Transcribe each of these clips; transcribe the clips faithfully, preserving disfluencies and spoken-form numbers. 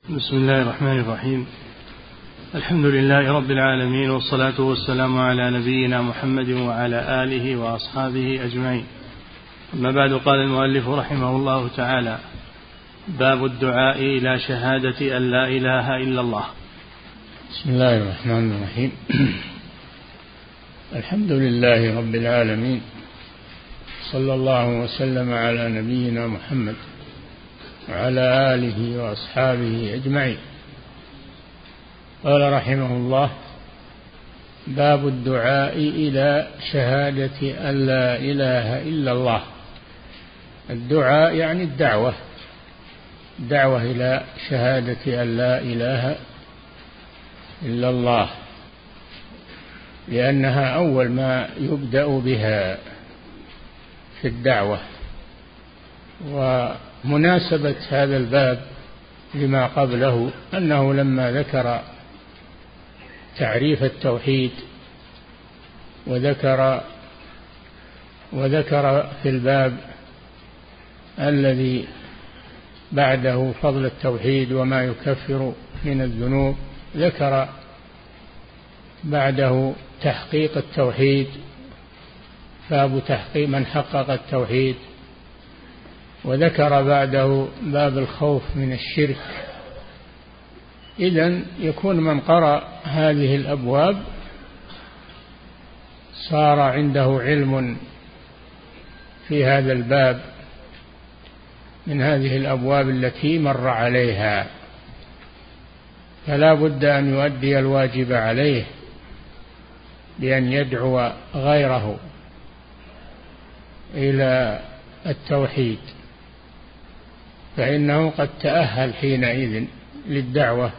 بسم الله الرحمن الرحيم. الحمد لله رب العالمين، والصلاة والسلام على نبينا محمد وعلى آله وأصحابه أجمعين. أما بعد، قال المؤلف رحمه الله تعالى: باب الدعاء إلى شهادة أن لا إله إلا الله. بسم الله الرحمن الرحيم. الحمد لله رب العالمين، صلى الله وسلم على نبينا محمد وعلى آله وأصحابه أجمعين. قال رحمه الله: باب الدعاء إلى شهادة أن لا إله إلا الله. الدعاء يعني الدعوة، دعوة إلى شهادة أن لا إله إلا الله، لأنها أول ما يبدأ بها في الدعوة. ومناسبة هذا الباب لما قبله أنه لما ذكر تعريف التوحيد وذكر وذكر في الباب الذي بعده فضل التوحيد وما يكفر من الذنوب، ذكر بعده تحقيق التوحيد، باب تحقيق من حقق التوحيد، وذكر بعده باب الخوف من الشرك. إذن يكون من قرأ هذه الأبواب صار عنده علم في هذا الباب من هذه الأبواب التي مر عليها، فلا بد أن يؤدي الواجب عليه بأن يدعو غيره إلى التوحيد، فإنه قد تأهل حينئذ للدعوة،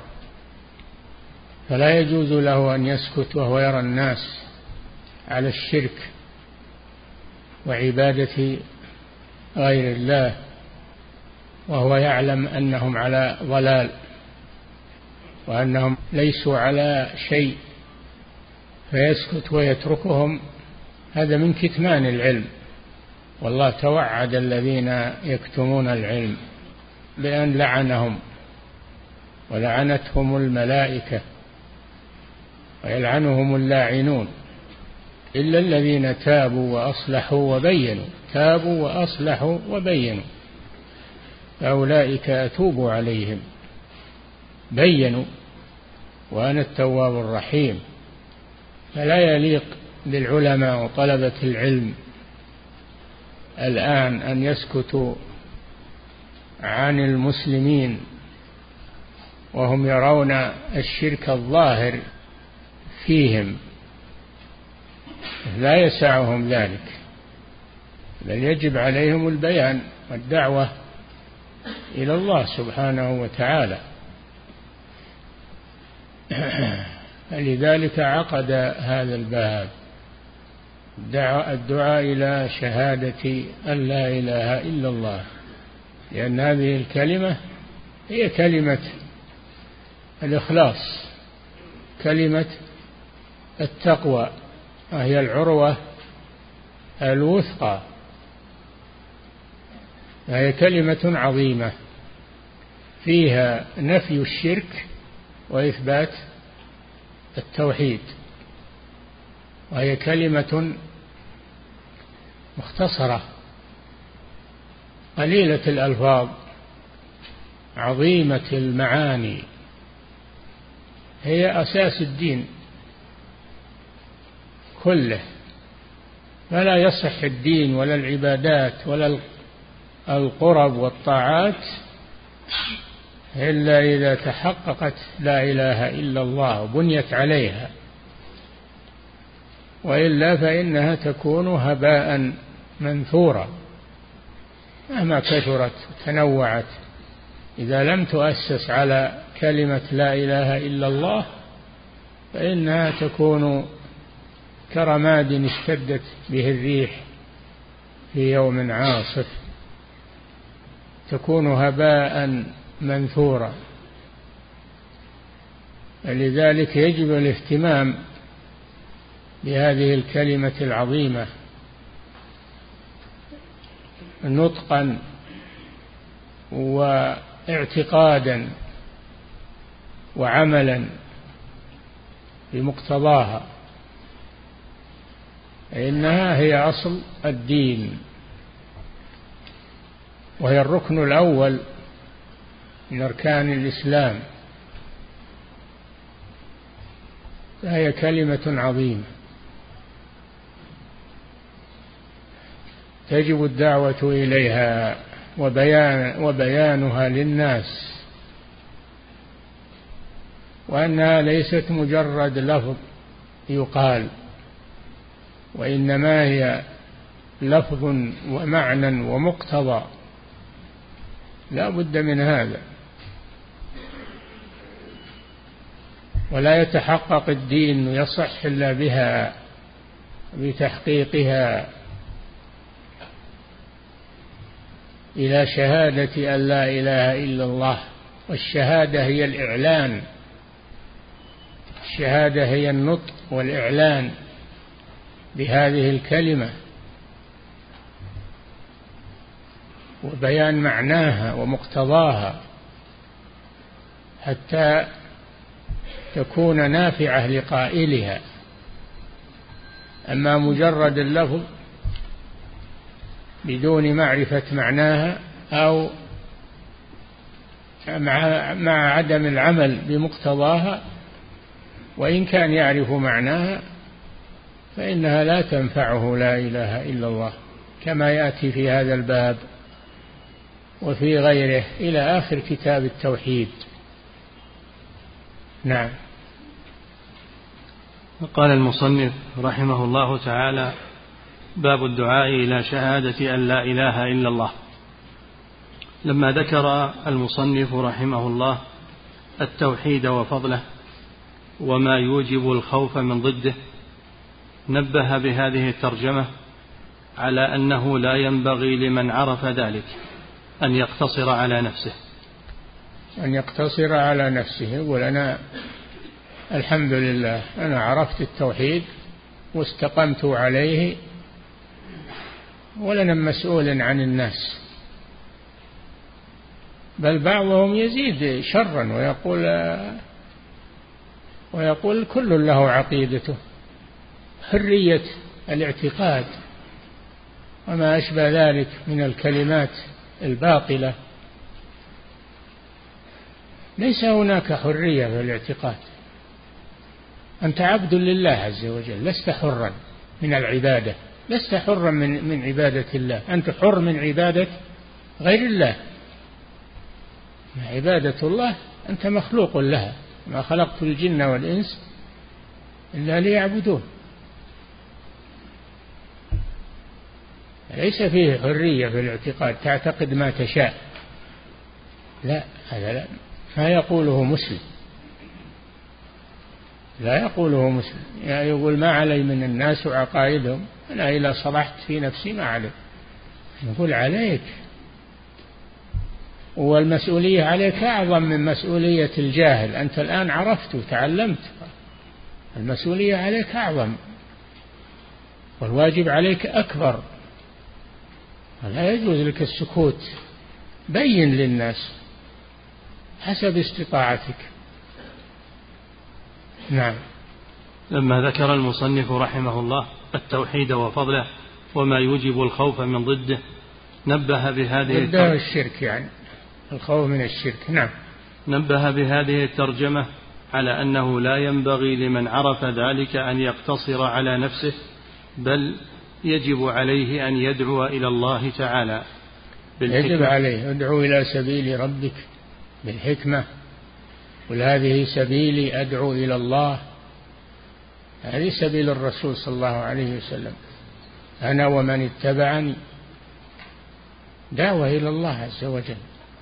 فلا يجوز له أن يسكت وهو يرى الناس على الشرك وعبادة غير الله وهو يعلم أنهم على ضلال وأنهم ليسوا على شيء، فيسكت ويتركهم. هذا من كتمان العلم، والله توعد الذين يكتمون العلم بأن لعنهم ولعنتهم الملائكة ويلعنهم اللاعنون إلا الذين تابوا وأصلحوا وبينوا تابوا وأصلحوا وبينوا فأولئك أتوب عليهم بينوا وأنا التواب الرحيم. فلا يليق بالعلماء وطلبة العلم الآن أن يسكتوا عن المسلمين وهم يرون الشرك الظاهر فيهم، لا يسعهم ذلك، بل يجب عليهم البيان والدعوة إلى الله سبحانه وتعالى. فلذلك عقد هذا الباب الدعاء إلى شهادة أن لا إله إلا الله، لأن هذه الكلمة هي كلمة الإخلاص، كلمة التقوى، وهي العروة الوثقى، وهي كلمة عظيمة فيها نفي الشرك وإثبات التوحيد، وهي كلمة مختصرة قليلة الألفاظ عظيمة المعاني، هي أساس الدين كله، فلا يصح الدين ولا العبادات ولا القرب والطاعات إلا إذا تحققت لا إله إلا الله وبنيت عليها، وإلا فإنها تكون هباء منثورا مهما كثرت وتنوعت. إذا لم تؤسس على كلمة لا إله إلا الله فإنها تكون كرماد اشتدت به الريح في يوم عاصف، تكون هباء منثورا. لذلك يجب الاهتمام بهذه الكلمة العظيمة نطقا واعتقادا وعملا بمقتضاها، إنها هي أصل الدين، وهي الركن الأول من أركان الإسلام، فهي كلمة عظيمة تجب الدعوة إليها وبيان وبيانها للناس، وأنها ليست مجرد لفظ يقال، وإنما هي لفظ ومعنى ومقتضى، لا بد من هذا، ولا يتحقق الدين يصح إلا بها، بتحقيقها إلى شهادة أن لا إله إلا الله. والشهادة هي الإعلان، الشهادة هي النطق والإعلان بهذه الكلمة وبيان معناها ومقتضاها حتى تكون نافعة لقائلها. أما مجرد اللفظ بدون معرفة معناها أو مع, مع عدم العمل بمقتضاها، وإن كان يعرف معناها فإنها لا تنفعه لا إله إلا الله، كما يأتي في هذا الباب وفي غيره إلى آخر كتاب التوحيد. نعم. قال المصنف رحمه الله تعالى: باب الدعاء إلى شهادة أن لا إله إلا الله. لما ذكر المصنف رحمه الله التوحيد وفضله وما يوجب الخوف من ضده، نبه بهذه الترجمة على أنه لا ينبغي لمن عرف ذلك أن يقتصر على نفسه أن يقتصر على نفسه يقول أنا الحمد لله أنا عرفت التوحيد واستقمت عليه ولنا مسؤول عن الناس. بل بعضهم يزيد شرا ويقول ويقول كل له عقيدته، حرية الاعتقاد وما أشبه ذلك من الكلمات الباطلة. ليس هناك حرية في الاعتقاد، أنت عبد لله عز وجل، لست حرا من العبادة، لست حرا من من عبادة الله، أنت حر من عبادة غير الله. عبادة الله أنت مخلوق لها، ما خلقت الجن والإنس إلا ليعبدون. ليس فيه حرية في الاعتقاد تعتقد ما تشاء، لا، هذا لا ما يقوله مسلم، لا يقوله مسلم. يعني يقول ما علي من الناس وعقائدهم، أنا إذا صلحت في نفسي ما علي. نقول عليك، والمسؤولية عليك أعظم من مسؤولية الجاهل. أنت الآن عرفت وتعلمت، المسؤولية عليك أعظم والواجب عليك أكبر. لا يجوز لك السكوت، بين للناس حسب استطاعتك. نعم. لما ذكر المصنف رحمه الله التوحيد وفضله وما يوجب الخوف من ضده، نبه بهذه ضده الشرك، يعني الخوف من الشرك. نعم. نبه بهذه الترجمة على أنه لا ينبغي لمن عرف ذلك أن يقتصر على نفسه، بل يجب عليه أن يدعو إلى الله تعالى بالحكمة. يجب عليه ادعو إلى سبيل ربك بالحكمة، قل هذه سبيلي أدعو إلى الله، هذه سبيل الرسول صلى الله عليه وسلم، أنا ومن اتبعني، دعوة إلى الله عز وجل،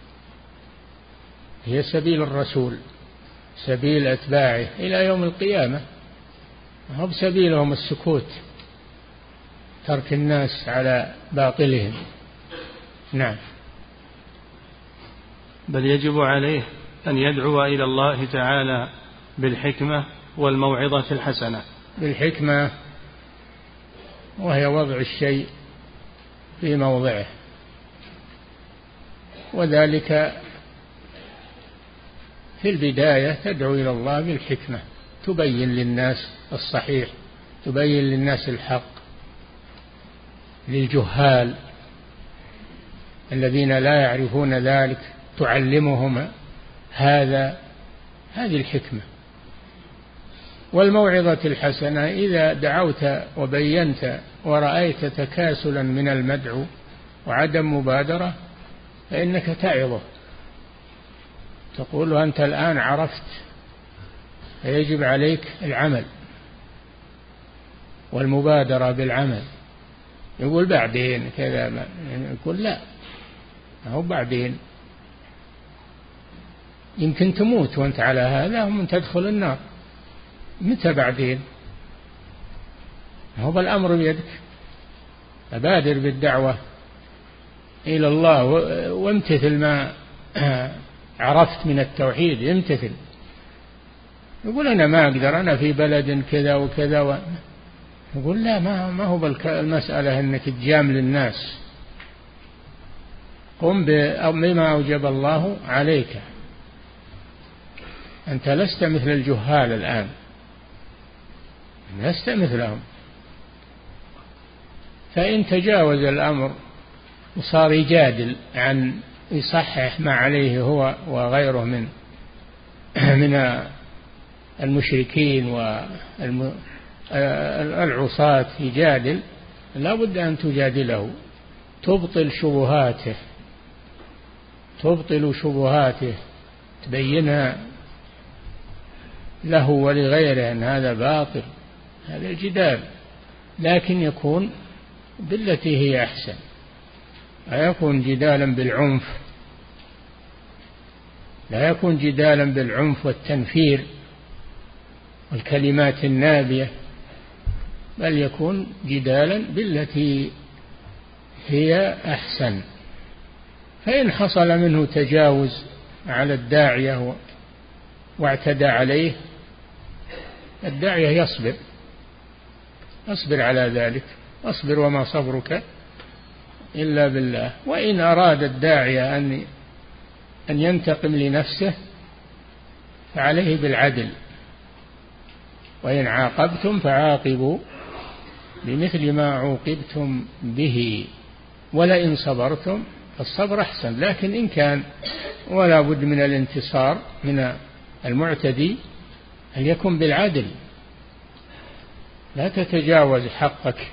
هي سبيل الرسول، سبيل أتباعه إلى يوم القيامة. هو بسبيلهم السكوت، ترك الناس على باطلهم. نعم. بل يجب عليه أن يدعو إلى الله تعالى بالحكمة والموعظة الحسنة. بالحكمة وهي وضع الشيء في موضعه، وذلك في البداية تدعو إلى الله بالحكمة، تبين للناس الصحيح، تبين للناس الحق، للجهال الذين لا يعرفون ذلك تعلمهم هذا، هذه الحكمة. والموعظة الحسنة إذا دعوت وبينت ورأيت تكاسلا من المدعو وعدم مبادرة فإنك تعظه، تقول أنت الآن عرفت فيجب عليك العمل والمبادرة بالعمل. يقول بعدين كذا، يقول لا، هو بعدين يمكن تموت وانت على هذا ومن تدخل النار، متى بعدين؟ هو الأمر بيدك، فبادر بالدعوة إلى الله وامتثل ما عرفت من التوحيد، امتثل. يقول أنا ما أقدر، أنا في بلد كذا وكذا و... يقول لا، ما ما هو المسألة أنك تجامل الناس، قم بما أوجب الله عليك، أنت لست مثل الجهال الآن، لست مثلهم. فإن تجاوز الأمر وصار يجادل عن يصحح ما عليه هو وغيره من من المشركين والعصاة، يجادل، لا بد أن تجادله، تبطل شبهاته، تبطل شبهاته، تبينها له ولغيره أن هذا باطل، هذا الجدال، لكن يكون بالتي هي أحسن، لا يكون جدالا بالعنف، لا يكون جدالا بالعنف والتنفير والكلمات النابية، بل يكون جدالا بالتي هي أحسن. فإن حصل منه تجاوز على الداعية واعتدى عليه، الداعية يصبر، اصبر على ذلك، اصبر وما صبرك إلا بالله. وإن أراد الداعية أن أن ينتقم لنفسه فعليه بالعدل، وإن عاقبتم فعاقبوا بمثل ما عوقبتم به ولئن صبرتم فالصبر أحسن. لكن إن كان ولا بد من الانتصار من المعتدي أن يكون بالعدل، لا تتجاوز حقك.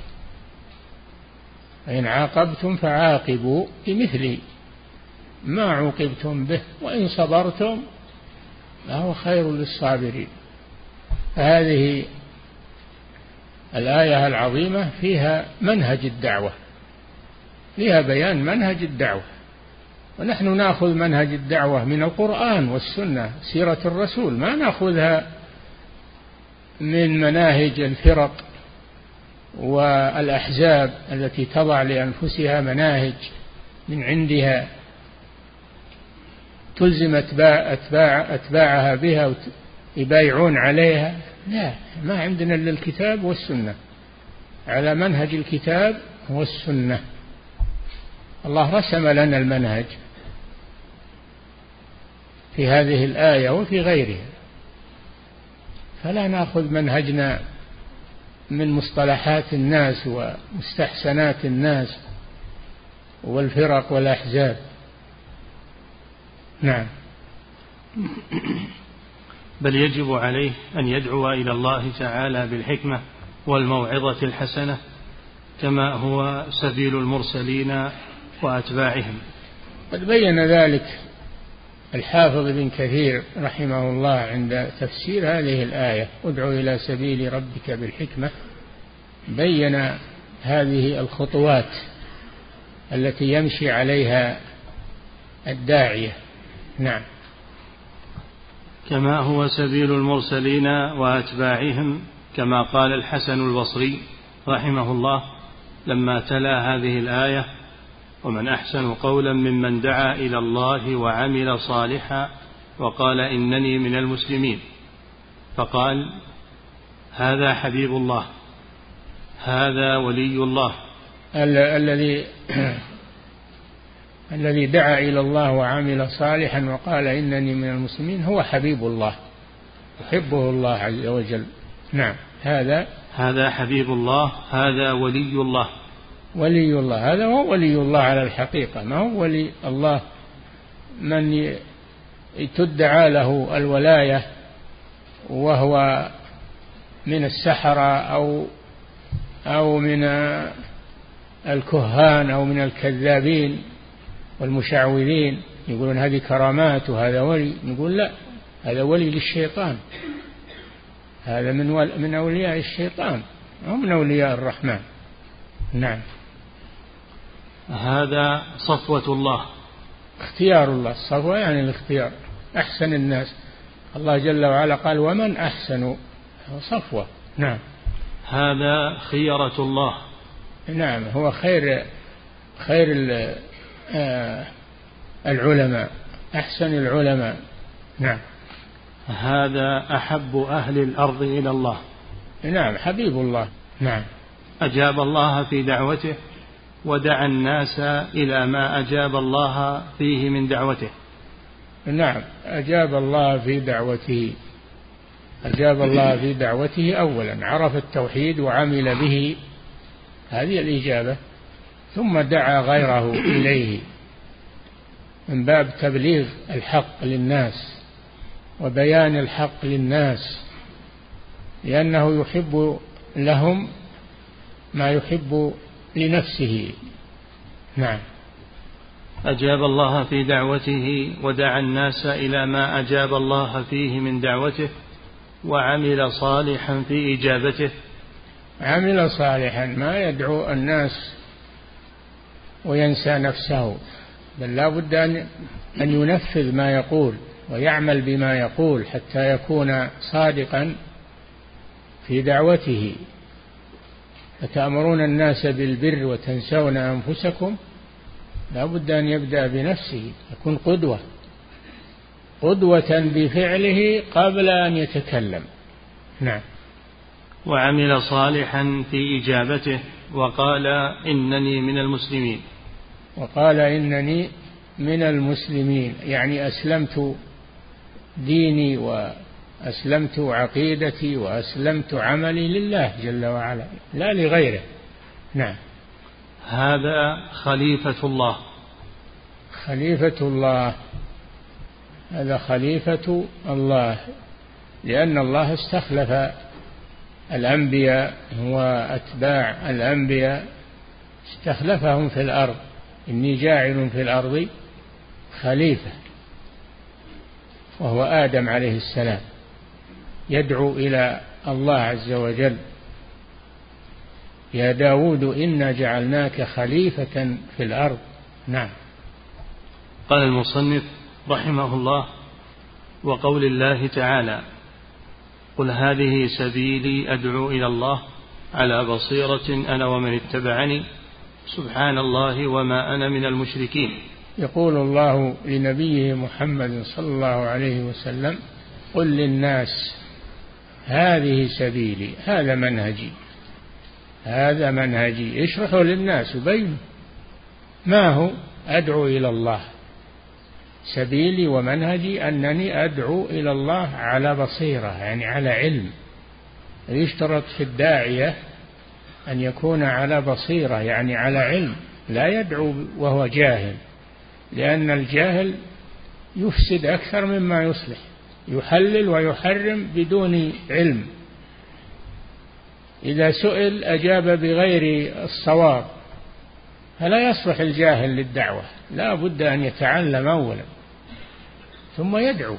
إن عاقبتم فعاقبوا بمثل ما عوقبتم به وإن صبرتم فهو خير للصابرين. فهذه الآية العظيمة فيها منهج الدعوة، فيها بيان منهج الدعوة، ونحن نأخذ منهج الدعوة من القرآن والسنة، سيرة الرسول، ما نأخذها من مناهج الفرق والأحزاب التي تضع لأنفسها مناهج من عندها تلزم أتباع أتباع أتباعها بها ويبايعون عليها. لا، ما عندنا إلا الكتاب والسنة، على منهج الكتاب والسنة. الله رسم لنا المنهج في هذه الآية وفي غيرها، فلا نأخذ منهجنا من مصطلحات الناس ومستحسنات الناس والفرق والأحزاب. نعم. بل يجب عليه أن يدعو إلى الله تعالى بالحكمة والموعظة الحسنة كما هو سبيل المرسلين وأتباعهم. قد بين ذلك الحافظ ابن كثير رحمه الله عند تفسير هذه الآية، ادعو إلى سبيل ربك بالحكمة، بين هذه الخطوات التي يمشي عليها الداعية. نعم. كما هو سبيل المرسلين وأتباعهم، كما قال الحسن البصري رحمه الله لما تلا هذه الآية: ومن أحسن قولا ممن دعا إلى الله وعمل صالحا وقال إنني من المسلمين. فقال: هذا حبيب الله، هذا ولي الله. الذي الذي دعا إلى الله وعمل صالحا وقال إنني من المسلمين هو حبيب الله، يحبه الله عز وجل. نعم. هذا هذا حبيب الله، هذا ولي الله. ولي الله، هذا هو ولي الله على الحقيقة، ما هو ولي الله من تدعى له الولاية وهو من السحرة أو أو من الكهان أو من الكذابين والمشعوذين، يقولون هذه كرامات وهذا ولي. نقول لا، هذا ولي للشيطان، هذا من من أولياء الشيطان أو من أولياء الرحمن. نعم. هذا صفوة الله، اختيار الله. الصفوة يعني الاختيار، أحسن الناس. الله جل وعلا قال ومن أحسن صفوة. نعم. هذا خيرة الله. نعم، هو خير خير العلماء، أحسن العلماء. نعم. هذا أحب أهل الأرض إلى الله. نعم، حبيب الله. نعم. أجاب الله في دعوته ودعا الناس إلى ما أجاب الله فيه من دعوته. نعم، أجاب الله في دعوته أجاب الله في دعوته أولا، عرف التوحيد وعمل به، هذه الإجابة، ثم دعا غيره إليه من باب تبليغ الحق للناس وبيان الحق للناس، لأنه يحب لهم ما يحب لنفسه. نعم. أجاب الله في دعوته ودعا الناس إلى ما أجاب الله فيه من دعوته وعمل صالحا في إجابته. عمل صالحا، ما يدعو الناس وينسى نفسه، بل لا بد أن ينفذ ما يقول ويعمل بما يقول حتى يكون صادقا في دعوته. فتأمرون الناس بالبر وتنسون أنفسكم، لا بد أن يبدأ بنفسه، يكون قدوة قدوة بفعله قبل أن يتكلم. نعم. وعمل صالحا في إجابته وقال إنني من المسلمين. وقال إنني من المسلمين، يعني أسلمت ديني وأسلمت عقيدتي وأسلمت عملي لله جل وعلا لا لغيره. نعم. هذا خليفة الله. خليفة الله، هذا خليفة الله، لأن الله استخلف الأنبياء وأتباع الأنبياء، استخلفهم في الأرض. إني جاعل في الأرض خليفة، وهو آدم عليه السلام، يدعو إلى الله عز وجل: يا داود إنا جعلناك خليفة في الأرض. نعم. قال المصنف رحمه الله: وقول الله تعالى: قل هذه سبيلي أدعو إلى الله على بصيرة أنا ومن اتبعني سبحان الله وما أنا من المشركين. يقول الله لنبيه محمد صلى الله عليه وسلم: قل للناس هذه سبيلي، هذا منهجي، هذا منهجي. اشرحوا للناس وبينوا ما هو. أدعو إلى الله، سبيلي ومنهجي أنني أدعو إلى الله على بصيرة، يعني على علم. يشترط في الداعية أن يكون على بصيرة، يعني على علم، لا يدعو وهو جاهل، لأن الجاهل يفسد أكثر مما يصلح، يحلل ويحرم بدون علم. إذا سئل أجاب بغير الصواب، فلا يصلح الجاهل للدعوة، لا بد أن يتعلم أولا ثم يدعو.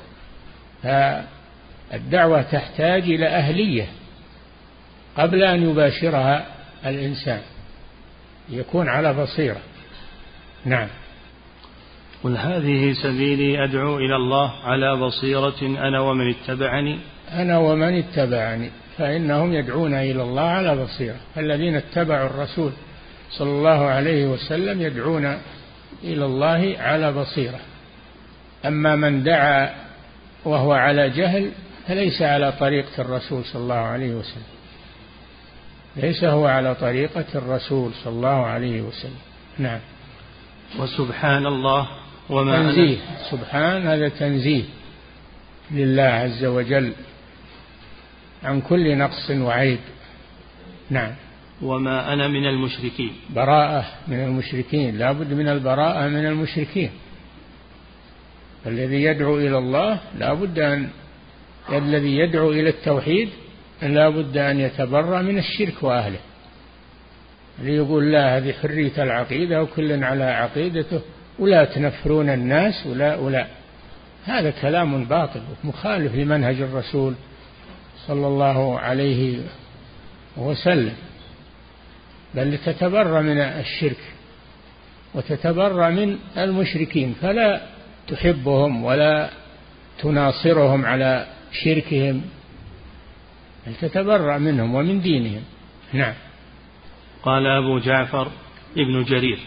فالدعوة تحتاج إلى أهلية قبل أن يباشرها الإنسان، يكون على بصيرة. نعم. قل هذه سبيلي أدعو إلى الله على بصيرة أنا ومن اتبعني. أنا ومن اتبعني، فإنهم يدعون إلى الله على بصيرة. الذين اتبعوا الرسول صلى الله عليه وسلم يدعون إلى الله على بصيرة. أما من دعا وهو على جهل فليس على طريقة الرسول صلى الله عليه وسلم، ليس هو على طريقة الرسول صلى الله عليه وسلم. نعم. وسبحان الله وما تنزيه، سبحان هذا تنزيه لله عز وجل عن كل نقص وعيب. نعم. وما أنا من المشركين، براءة من المشركين، لا بد من البراءة من المشركين. الذي يدعو إلى الله لا بد أن الذي يدعو إلى التوحيد لا بد أن يتبرأ من الشرك وأهله. ليقول لا، هذه حرية العقيدة وكل على عقيدته ولا تنفرون الناس ولا ولا هذا كلام باطل مخالف لمنهج الرسول صلى الله عليه وسلم. بل تتبرأ من الشرك وتتبرأ من المشركين، فلا تحبهم ولا تناصرهم على شركهم، بل تتبرأ منهم ومن دينهم. نعم. قال أبو جعفر ابن جرير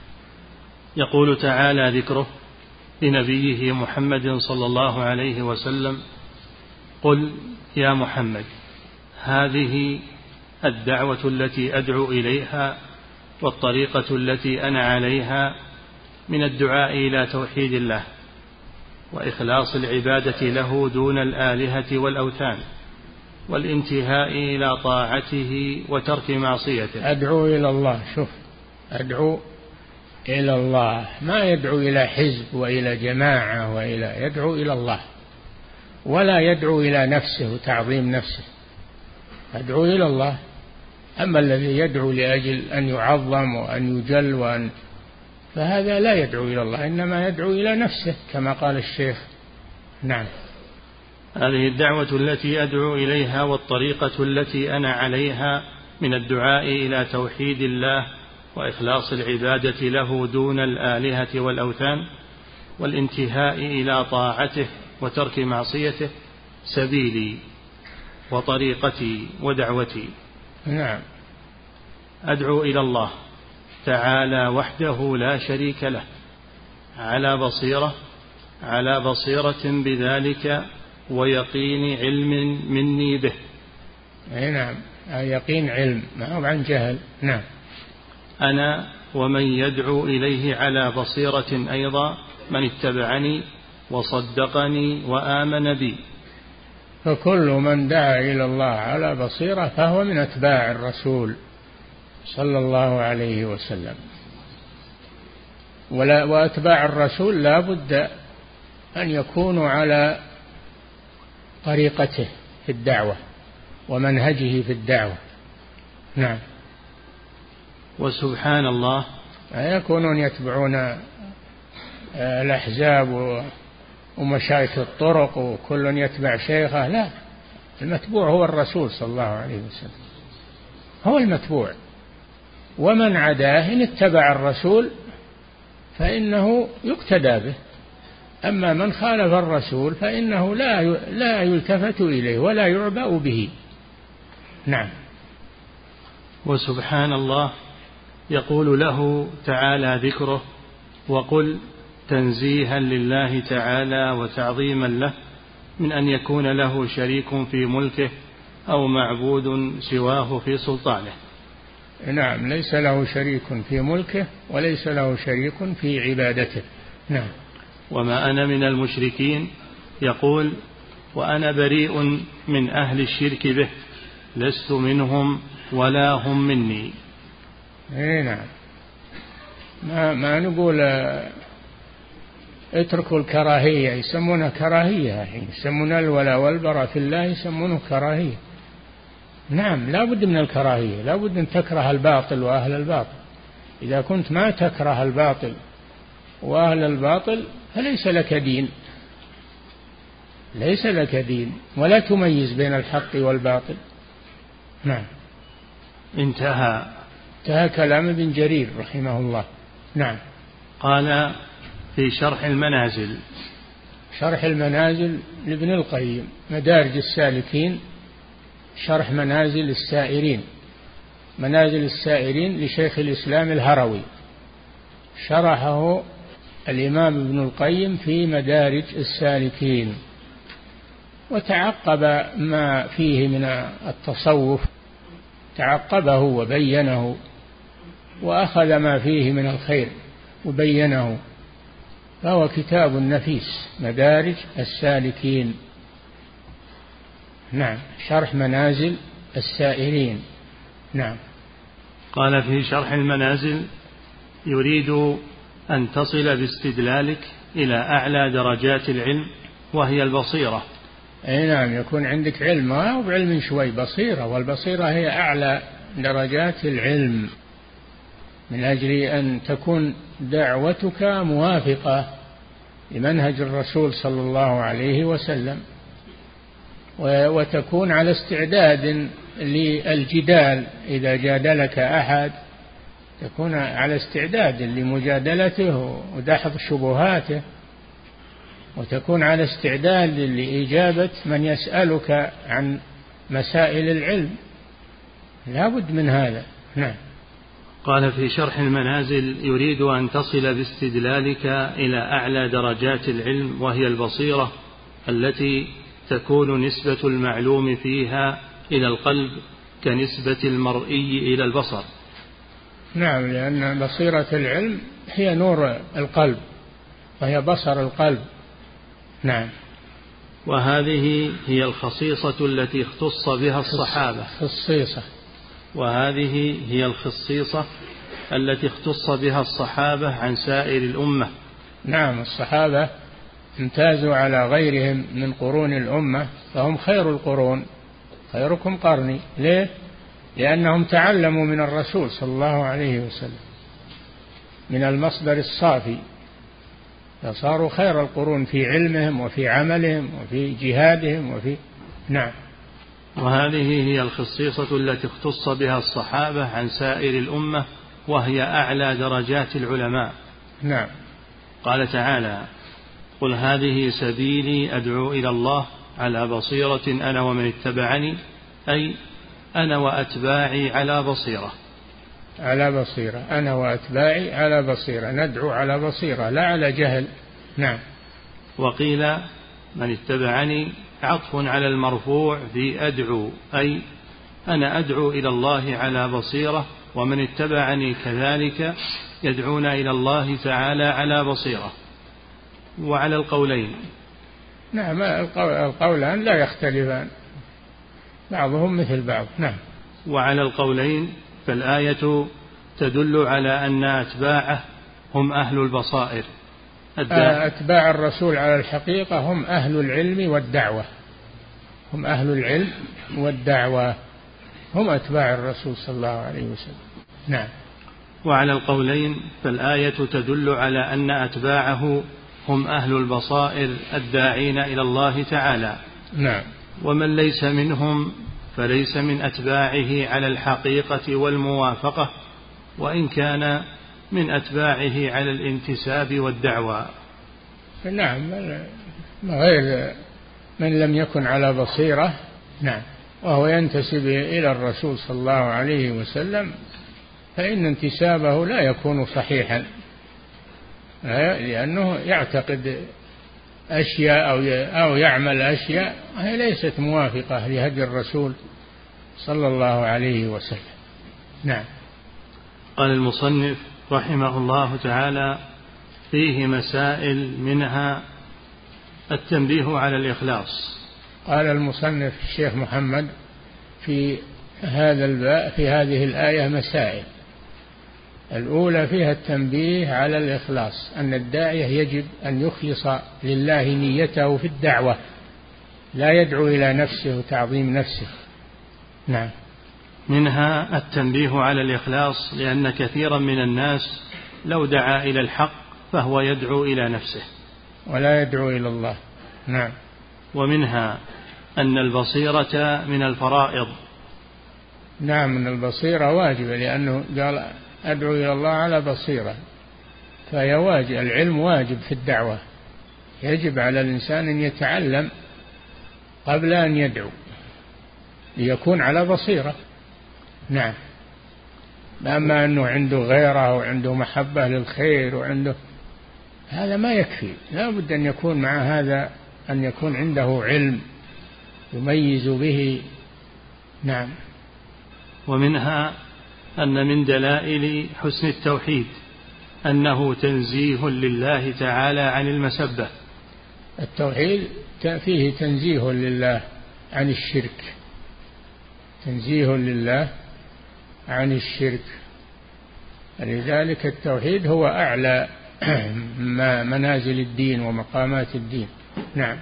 يقول تعالى ذكره لنبيه محمد صلى الله عليه وسلم: قل يا محمد هذه الدعوة التي أدعو إليها والطريقة التي أنا عليها من الدعاء إلى توحيد الله وإخلاص العبادة له دون الآلهة والأوثان والانتهاء إلى طاعته وترك معصيته. أدعو إلى الله، شوف، أدعو إلى الله، ما يدعو إلى حزب وإلى جماعة وإلى يدعو إلى الله، ولا يدعو إلى نفسه وتعظيم نفسه، أدعو إلى الله. أما الذي يدعو لأجل أن يعظم وأن يجل وأن فهذا لا يدعو إلى الله، إنما يدعو إلى نفسه كما قال الشيخ. نعم. هذه الدعوة التي أدعو إليها والطريقة التي أنا عليها من الدعاء إلى توحيد الله وإخلاص العبادة له دون الآلهة والأوثان والانتهاء إلى طاعته وترك معصيته سبيلي وطريقتي ودعوتي. نعم. أدعو إلى الله تعالى وحده لا شريك له على بصيرة على بصيرة بذلك ويقين علم مني به. نعم، يقين علم، ما هو عن جهل. نعم. أنا ومن يدعو إليه على بصيرة أيضا من اتبعني وصدقني وآمن بي. فكل من دعا إلى الله على بصيرة فهو من أتباع الرسول صلى الله عليه وسلم. ولا وأتباع الرسول لا بد أن يكونوا على طريقته في الدعوة ومنهجه في الدعوة. نعم. وسبحان الله، لا يكونون يتبعون الأحزاب ومشايخ الطرق وكل يتبع شيخه، لا، المتبوع هو الرسول صلى الله عليه وسلم، هو المتبوع. ومن عداه إن اتبع الرسول فإنه يقتدى به، أما من خالف الرسول فإنه لا لا يلتفت إليه ولا يعبأ به. نعم. وسبحان الله يقول له تعالى ذكره: وقل تنزيها لله تعالى وتعظيما له من أن يكون له شريك في ملكه أو معبود سواه في سلطانه. نعم، ليس له شريك في ملكه وليس له شريك في عبادته. نعم. وما أنا من المشركين يقول: وأنا بريء من أهل الشرك به لست منهم ولا هم مني. اي نعم، ما, ما نقول اتركوا الكراهية، يسمونها كراهية الحين، يسمون الولاء والبراء في الله يسمونه كراهية. نعم، لا بد من الكراهية، لا بد أن تكره الباطل وأهل الباطل. إذا كنت ما تكره الباطل وأهل الباطل فليس لك دين، ليس لك دين، ولا تميز بين الحق والباطل. نعم. انتهى انتهى كلام ابن جرير رحمه الله. نعم. قال في شرح المنازل، شرح المنازل لابن القيم، مدارج السالكين شرح منازل السائرين، منازل السائرين لشيخ الإسلام الهروي، شرحه الإمام ابن القيم في مدارج السالكين، وتعقب ما فيه من التصوف، تعقبه وبينه وأخذ ما فيه من الخير وبينه، فهو كتاب نفيس، مدارج السالكين. نعم. شرح منازل السائرين. نعم. قال في شرح المنازل: يريد أن تصل باستدلالك إلى أعلى درجات العلم وهي البصيرة. أي نعم، يكون عندك علم أو بعلم شوي، بصيرة، والبصيرة هي أعلى درجات العلم، من أجل أن تكون دعوتك موافقة لمنهج الرسول صلى الله عليه وسلم، وتكون على استعداد للجدال. إذا جادلك أحد تكون على استعداد لمجادلته ودحض شبهاته، وتكون على استعداد لإجابة من يسألك عن مسائل العلم. لا بد من هذا. نعم. قال في شرح المنازل: يريد أن تصل باستدلالك إلى أعلى درجات العلم وهي البصيرة، التي تكون نسبة المعلوم فيها إلى القلب كنسبة المرئي إلى البصر. نعم، لأن بصيرة العلم هي نور القلب، وهي بصر القلب. نعم. وهذه هي الخصيصة التي اختص بها الصحابة. خصيصة. وهذه هي الخصيصة التي اختص بها الصحابة عن سائر الأمة. نعم، الصحابة امتازوا على غيرهم من قرون الأمة، فهم خير القرون، خيركم قرني. ليه؟ لأنهم تعلموا من الرسول صلى الله عليه وسلم من المصدر الصافي، فصاروا خير القرون في علمهم وفي عملهم وفي جهادهم وفي. نعم. وهذه هي الخصيصة التي اختص بها الصحابة عن سائر الأمة، وهي أعلى درجات العلماء. نعم. قال تعالى: قل هذه سبيلي أدعو إلى الله على بصيرة أنا ومن اتبعني، أي أنا وأتباعي على بصيرة. على بصيرة، أنا وأتباعي على بصيرة، ندعو على بصيرة لا على جهل. نعم. وقيل من اتبعني عطف على المرفوع في أدعو، أي أنا أدعو إلى الله على بصيرة، ومن اتبعني كذلك يدعون إلى الله تعالى على بصيرة. وعلى القولين. نعم، القولان لا يختلفان، بعضهم مثل بعض. نعم. وعلى القولين فالآية تدل على أن أتباعه هم أهل البصائر. أتباع الرسول على الحقيقة هم أهل العلم والدعوة، هم أهل العلم والدعوة، هم أتباع الرسول صلى الله عليه وسلم. نعم. وعلى القولين فالآية تدل على أن أتباعه هم أهل البصائر الداعين إلى الله تعالى. نعم. ومن ليس منهم فليس من أتباعه على الحقيقة والموافقة، وإن كان من أتباعه على الانتساب والدعوة. نعم، غير من لم يكن على بصيرة. نعم. وهو ينتسب إلى الرسول صلى الله عليه وسلم، فإن انتسابه لا يكون صحيحا، لأنه يعتقد أشياء أو يعمل أشياء هي ليست موافقة لهدي الرسول صلى الله عليه وسلم. نعم. قال المصنف رحمه الله تعالى: فيه مسائل، منها التنبيه على الإخلاص. قال المصنف الشيخ محمد في هذا الباب في هذه الآية مسائل. الأولى فيها التنبيه على الإخلاص، أن الداعية يجب أن يخلص لله نيته في الدعوة، لا يدعو إلى نفسه وتعظيم نفسه. نعم. منها التنبيه على الإخلاص، لأن كثيرا من الناس لو دعا إلى الحق فهو يدعو إلى نفسه ولا يدعو إلى الله. نعم. ومنها أن البصيرة من الفرائض. نعم، من البصيرة واجبة، لأنه قال أدعو إلى الله على بصيرة، فهي واجب، العلم واجب في الدعوة، يجب على الإنسان أن يتعلم قبل أن يدعو ليكون على بصيرة. نعم. أما أنه عنده غيره وعنده محبة للخير وعنده، هذا ما يكفي، لا بد أن يكون مع هذا أن يكون عنده علم يميز به. نعم. ومنها أن من دلائل حسن التوحيد أنه تنزيه لله تعالى عن المسبة. التوحيد فيه تنزيه لله عن الشرك، تنزيه لله عن الشرك، لذلك التوحيد هو أعلى منازل الدين ومقامات الدين. نعم.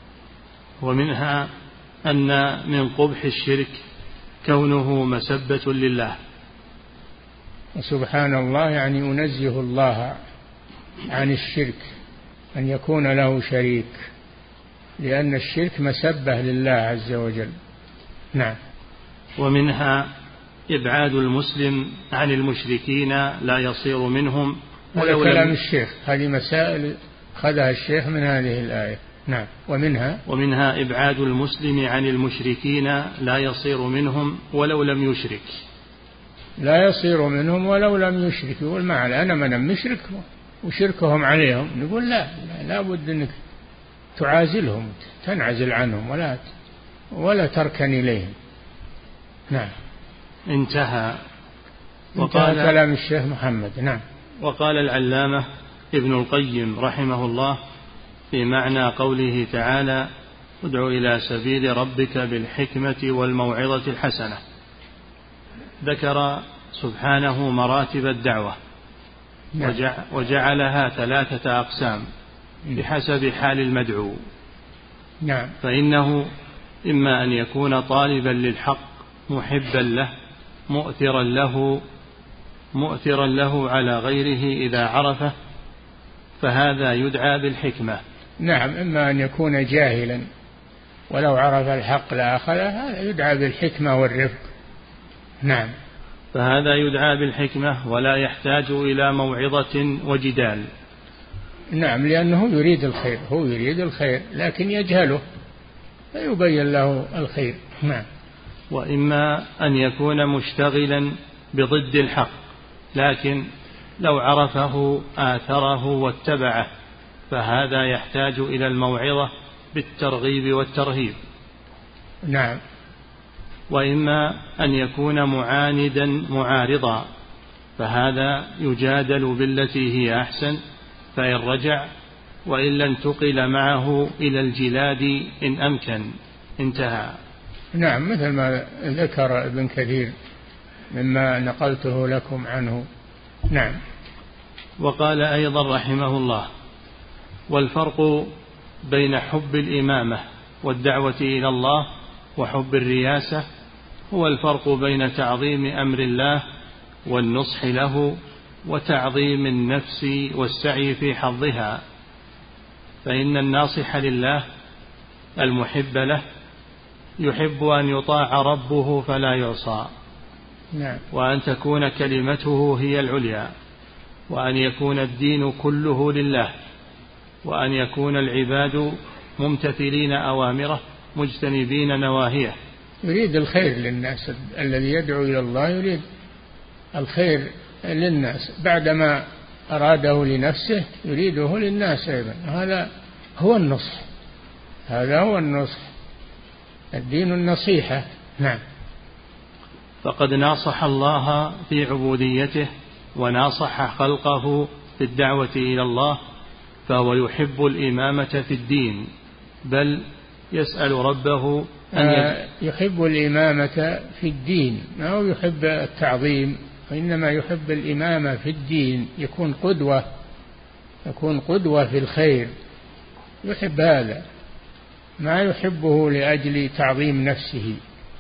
ومنها أن من قبح الشرك كونه مسبة لله. وسبحان الله يعني ينزه الله عن الشرك أن يكون له شريك، لأن الشرك مسبة لله عز وجل. نعم. ومنها إبعاد المسلم عن المشركين لا يصير منهم. هذا كلام الشيخ، هذه مسائل خذها الشيخ من هذه الآية. نعم. ومنها ومنها إبعاد المسلم عن المشركين لا يصير منهم ولو لم يشرك. لا يصير منهم ولو لم يشرك. يقول ما على أنا من مشرك وشركهم عليهم، نقول لا لا بد أنك تعازلهم، تنعزل عنهم ولا ولا تركن إليهم. نعم. انتهى. وقال كلام الشيخ محمد. نعم. وقال العلامة ابن القيم رحمه الله في معنى قوله تعالى ادع إلى سبيل ربك بالحكمة والموعظة الحسنة، ذكر سبحانه مراتب الدعوة. نعم. وجعلها ثلاثة أقسام بحسب حال المدعو. نعم. فإنه إما أن يكون طالبا للحق محبا له مؤثرا له مؤثرا له على غيره إذا عرفه، فهذا يدعى بالحكمة. نعم. إما أن يكون جاهلا ولو عرف الحق لأخذه، هذا يدعى بالحكمة والرفق. نعم. فهذا يدعى بالحكمة ولا يحتاج إلى موعظة وجدال. نعم. لأنه يريد الخير، هو يريد الخير لكن يجهله فيبين له الخير. نعم. وإما أن يكون مشتغلا بضد الحق لكن لو عرفه آثره واتبعه، فهذا يحتاج إلى الموعظة بالترغيب والترهيب. نعم. وإما أن يكون معاندا معارضا، فهذا يجادل بالتي هي أحسن فإن رجع، وإلا انتقل معه إلى الجلاد إن أمكن. انتهى. نعم. مثل ما ذكر ابن كثير مما نقلته لكم عنه. نعم. وقال أيضا رحمه الله والفرق بين حب الإمامة والدعوة إلى الله وحب الرياسة هو الفرق بين تعظيم أمر الله والنصح له وتعظيم النفس والسعي في حظها. فإن الناصح لله المحب له يحب أن يطاع ربه فلا يعصى. نعم. وأن تكون كلمته هي العليا، وأن يكون الدين كله لله، وأن يكون العباد ممتثلين أوامره مجتنبين نواهيه. يريد الخير للناس، الذي يدعو إلى الله يريد الخير للناس، بعدما أراده لنفسه يريده للناس أيضا. هذا هو النصح، هذا هو النصح، الدين النصيحة. نعم. فقد ناصح الله في عبوديته وناصح خلقه في الدعوة إلى الله، فهو يحب الإمامة في الدين، بل يسأل ربه أن آه يحب الإمامة في الدين، ما هو يحب التعظيم، وإنما يحب الإمامة في الدين، يكون قدوة، يكون قدوة في الخير، يحب هذا، ما يحبه لأجل تعظيم نفسه،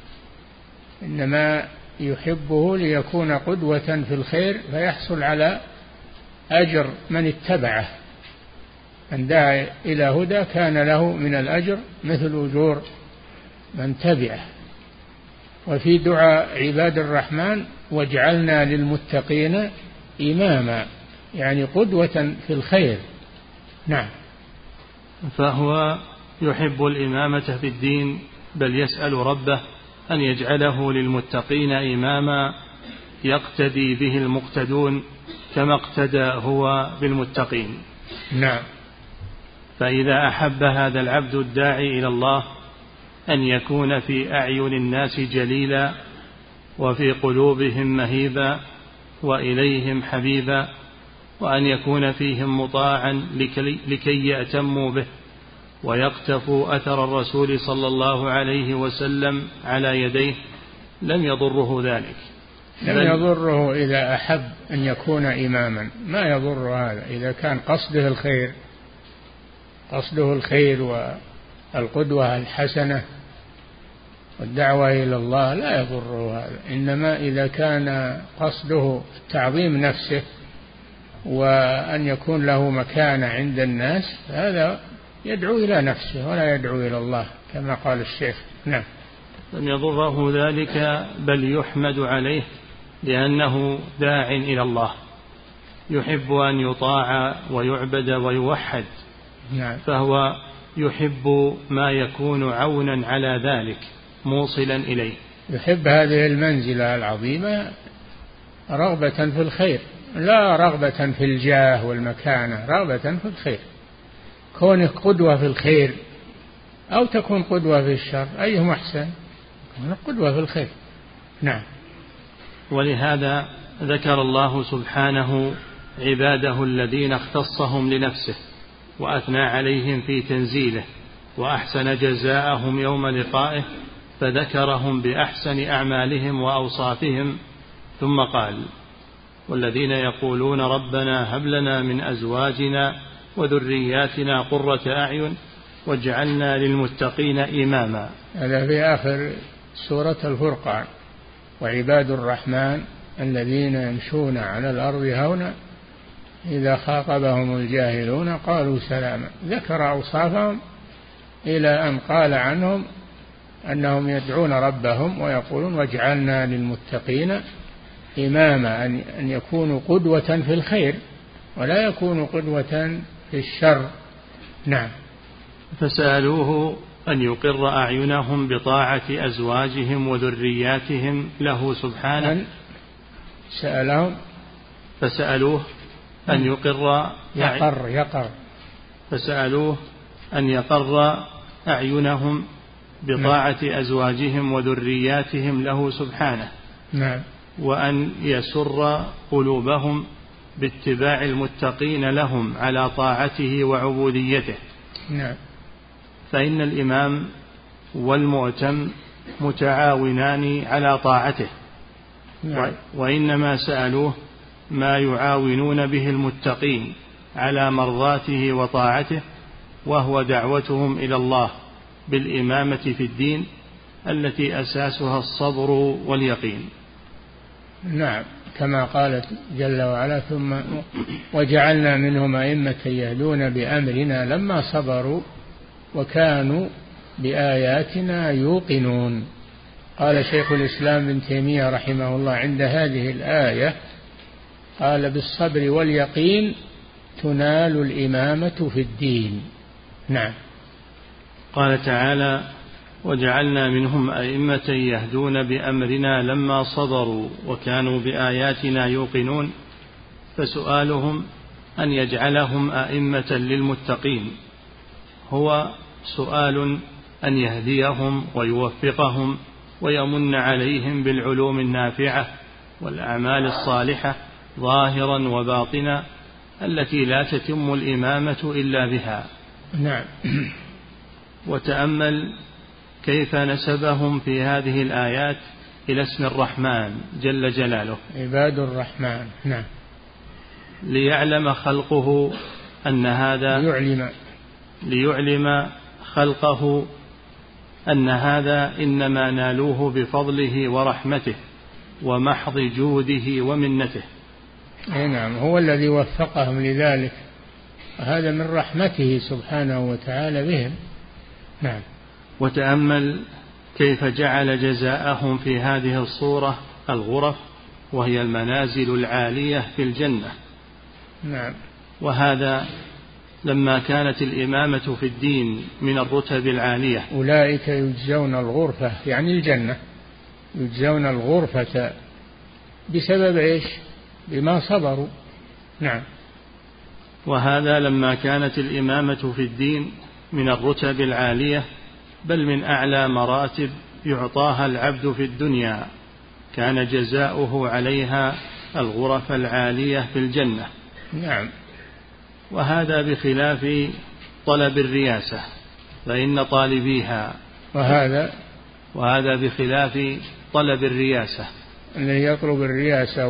إنما يحبه ليكون قدوة في الخير فيحصل على أجر من اتبعه، من دعا إلى هدى كان له من الأجر مثل أجور من تبعه. وفي دعاء عباد الرحمن واجعلنا للمتقين إماما، يعني قدوة في الخير. نعم. فهو يحب الإمامة في الدين، بل يسأل ربه أن يجعله للمتقين إماما يقتدي به المقتدون كما اقتدى هو بالمتقين. نعم. فإذا أحب هذا العبد الداعي إلى الله أن يكون في أعين الناس جليلا وفي قلوبهم مهيبا وإليهم حبيبا، وأن يكون فيهم مطاعا لكي يأتموا به ويقتفوا أثر الرسول صلى الله عليه وسلم على يديه لم يضره ذلك. لم يضره إذا أحب أن يكون إماما، ما يضر هذا إذا كان قصده الخير، قصده الخير والقدوة الحسنة والدعوة إلى الله لا يضره هذا. إنما إذا كان قصده تعظيم نفسه وأن يكون له مكانة عند الناس هذا يدعو إلى نفسه ولا يدعو إلى الله كما قال الشيخ. نعم. لم يضره ذلك بل يحمد عليه لأنه داع إلى الله يحب أن يطاع ويعبد ويوحد. نعم. فهو يحب ما يكون عونا على ذلك موصلا إليه. يحب هذه المنزلة العظيمة رغبة في الخير لا رغبة في الجاه والمكانة، رغبة في الخير. كونك قدوة في الخير أو تكون قدوة في الشر أيهما أحسن؟ قدوة في الخير. نعم. ولهذا ذكر الله سبحانه عباده الذين اختصهم لنفسه وأثنى عليهم في تنزيله وأحسن جزاءهم يوم لقائه فذكرهم بأحسن أعمالهم وأوصافهم ثم قال: والذين يقولون ربنا هب لنا من أزواجنا وذرياتنا قرة أعين واجعلنا للمتقين إماما. هذا في آخر سورة الفرقان: وعباد الرحمن الذين يمشون على الأرض هونا إذا خاطبهم الجاهلون قالوا سلاما. ذكر أوصافهم إلى أن قال عنهم أنهم يدعون ربهم ويقولون واجعلنا للمتقين إماما، أن يكونوا قدوة في الخير ولا يكونوا قدوة في الشر. نعم. فسألوه أن يقر أعينهم بطاعة أزواجهم وذرياتهم له سبحانه. سألهم فسألوه أن يقر يقر يقر فسألوه أن يقر أعينهم بطاعة أزواجهم وذرياتهم له سبحانه. نعم. وأن يسر قلوبهم باتباع المتقين لهم على طاعته وعبوديته. نعم. فإن الإمام والمؤتم متعاونان على طاعته. نعم. وإنما سألوه ما يعاونون به المتقين على مرضاته وطاعته وهو دعوتهم إلى الله بالإمامة في الدين التي أساسها الصبر واليقين. نعم. كما قالت جل وعلا: ثم وجعلنا منهم أئمة يهدون بأمرنا لما صبروا وكانوا بآياتنا يوقنون. قال شيخ الإسلام ابن تيمية رحمه الله عند هذه الآية قال: بالصبر واليقين تنال الإمامة في الدين. نعم. قال تعالى: وجعلنا منهم أئمة يهدون بأمرنا لما صبروا وكانوا بآياتنا يوقنون. فسؤالهم أن يجعلهم أئمة للمتقين هو سؤال أن يهديهم ويوفقهم ويمن عليهم بالعلوم النافعة والأعمال الصالحة ظاهرا وباطنا التي لا تتم الإمامة إلا بها. نعم. وتأمل كيف نسبهم في هذه الآيات إلى اسم الرحمن جل جلاله: عباد الرحمن. نعم. ليعلم خلقه أن هذا ليعلم ليعلم خلقه أن هذا إنما نالوه بفضله ورحمته ومحض جوده ومنته. نعم. هو الذي وفقهم لذلك، هذا من رحمته سبحانه وتعالى بهم. نعم. وتأمل كيف جعل جزاءهم في هذه الصورة الغرف وهي المنازل العالية في الجنة. نعم. وهذا لما كانت الإمامة في الدين من الرتب العالية. أولئك يجزون الغرفة يعني الجنة، يجزون الغرفة بسبب إيش؟ بما صبروا. نعم. وهذا لما كانت الإمامة في الدين من الرتب العالية بل من أعلى مراتب يعطاها العبد في الدنيا، كان جزاؤه عليها الغرف العالية في الجنة نعم. وهذا بخلاف طلب الرياسة فإن طالبيها وهذا وهذا بخلاف طلب الرياسة الذي يطلب الرياسة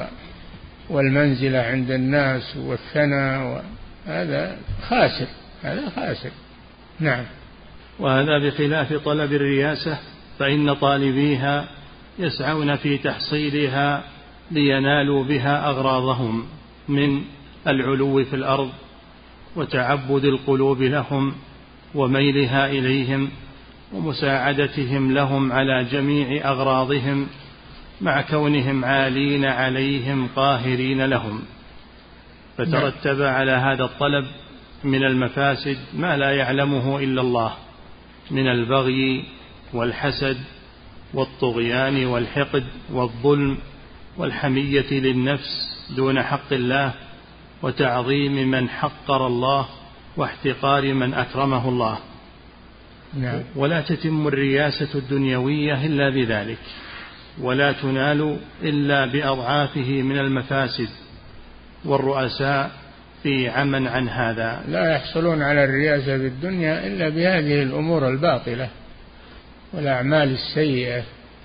والمنزلة عند الناس والثناء، هذا خاسر، هذا خاسر. نعم. وهذا بخلاف طلب الرياسة فإن طالبيها يسعون في تحصيلها لينالوا بها أغراضهم من العلو في الأرض وتعبد القلوب لهم وميلها إليهم ومساعدتهم لهم على جميع أغراضهم مع كونهم عالين عليهم قاهرين لهم، فترتب على هذا الطلب من المفاسد ما لا يعلمه إلا الله من البغي والحسد والطغيان والحقد والظلم والحمية للنفس دون حق الله وتعظيم من حقر الله واحتقار من أكرمه الله. نعم. ولا تتم الرياسة الدنيوية إلا بذلك، ولا تنال إلا بأضعافه من المفاسد، والرؤساء في عمى عن هذا. لا يحصلون على الرياسة في الدنيا إلا بهذه الأمور الباطلة والأعمال السيئة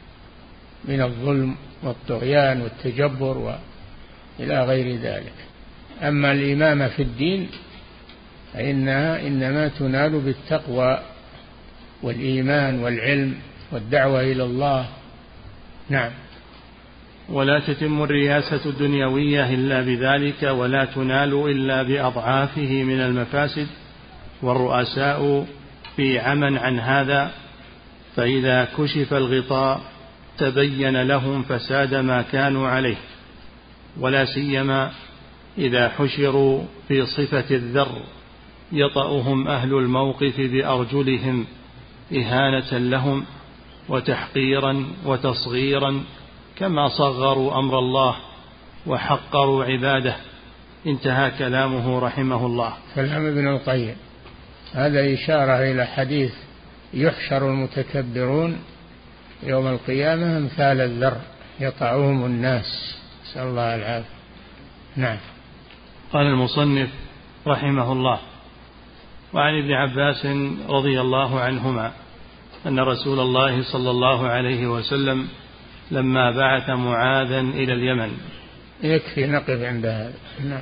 من الظلم والطغيان والتجبر وإلى غير ذلك. أما الإمامة في الدين فإنها إنما تنال بالتقوى والإيمان والعلم والدعوة إلى الله. نعم. ولا تتم الرياسة الدنيوية إلا بذلك، ولا تنال إلا بأضعافه من المفاسد، والرؤساء في عمى عن هذا، فإذا كشف الغطاء تبين لهم فساد ما كانوا عليه، ولا سيما إذا حشروا في صفة الذر يطأهم أهل الموقف بأرجلهم إهانة لهم وتحقيرا وتصغيرا، كما صغروا أمر الله وحقروا عباده. انتهى كلامه رحمه الله. كلام ابن القيم هذا إشارة إلى حديث يحشر المتكبرون يوم القيامة أمثال الذر يطأهم الناس، نسأل الله العافية. نعم. قال المصنف رحمه الله: وعن ابن عباس رضي الله عنهما أن رسول الله صلى الله عليه وسلم لما بعث معاذا إلى اليمن. يكفي نقف عند هذا. نعم.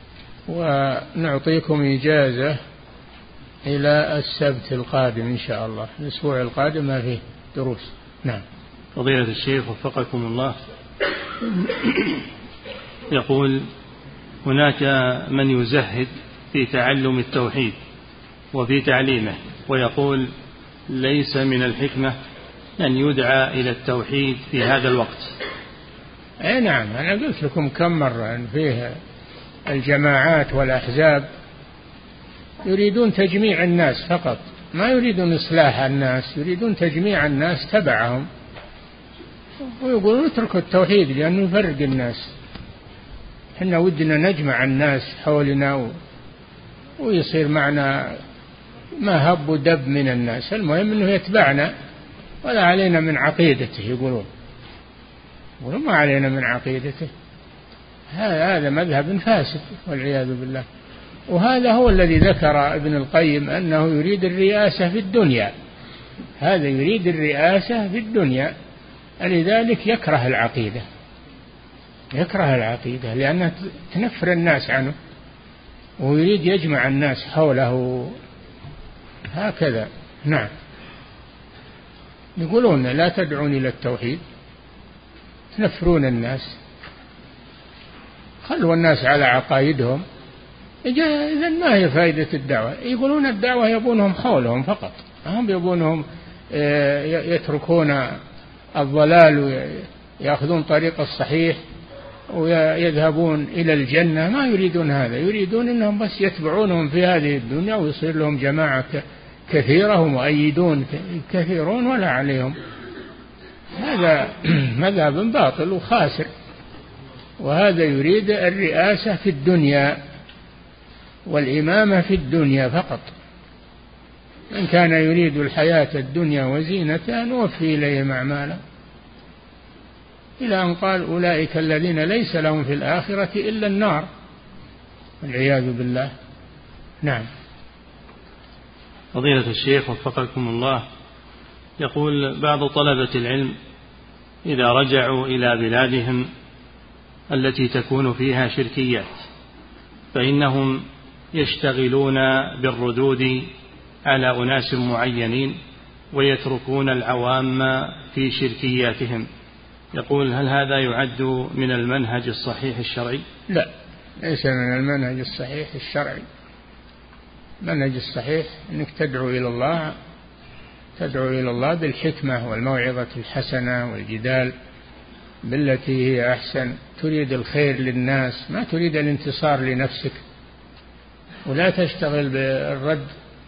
ونعطيكم إجازة إلى السبت القادم إن شاء الله، الأسبوع القادم ما فيه دروس. نعم. فضيلة الشيخ وفقكم الله، يقول: هناك من يزهد في تعلم التوحيد وفي تعليمه، ويقول: ليس من الحكمة أن يدعى إلى التوحيد في هذا الوقت. أي نعم، أنا قلت لكم كم مرة أن فيها الجماعات والأحزاب يريدون تجميع الناس فقط، ما يريدون إصلاح الناس، يريدون تجميع الناس تبعهم، ويقولون اتركوا التوحيد لأنه يفرق الناس. احنا ودنا نجمع الناس حولنا و... ويصير معنا ما هب ودب من الناس، المهم انه يتبعنا ولا علينا من عقيدته. يقولون يقولون ما علينا من عقيدته. هذا هذا مذهب فاسد والعياذ بالله. وهذا هو الذي ذكر ابن القيم أنه يريد الرئاسة في الدنيا، هذا يريد الرئاسة في الدنيا، لذلك يكره العقيدة، يكره العقيدة لأنها تنفر الناس عنه، ويريد يجمع الناس حوله هكذا. نعم. يقولون لا تدعون إلى التوحيد، تنفرون الناس، خلوا الناس على عقائدهم، إذا ما هي فائدة الدعوة؟ يقولون الدعوة يبونهم حولهم فقط، هم يبونهم يتركون الضلال ويأخذون طريق الصحيح ويذهبون إلى الجنة، ما يريدون هذا، يريدون أنهم بس يتبعونهم في هذه الدنيا ويصير لهم جماعة كثيرة ومؤيدون كثيرون ولا عليهم. هذا مذهب باطل وخاسر. وهذا يريد الرئاسة في الدنيا والإمامة في الدنيا فقط. من كان يريد الحياة الدنيا وزينتها نوفي إليهم أعمالهم، إلى أن قال: أولئك الذين ليس لهم في الآخرة إلا النار والعياذ بالله. نعم. فضيلة الشيخ وفقكم الله، يقول بعض طلبة العلم إذا رجعوا إلى بلادهم التي تكون فيها شركيات فإنهم يشتغلون بالردود على أناس معينين ويتركون العوام في شركياتهم. يقول هل هذا يعد من المنهج الصحيح الشرعي؟ لا، ليس من المنهج الصحيح الشرعي. المنهج الصحيح أنك تدعو إلى الله تدعو إلى الله بالحكمة والموعظة الحسنة والجدال بالتي هي أحسن، تريد الخير للناس، ما تريد الانتصار لنفسك، ولا تشتغل بالرد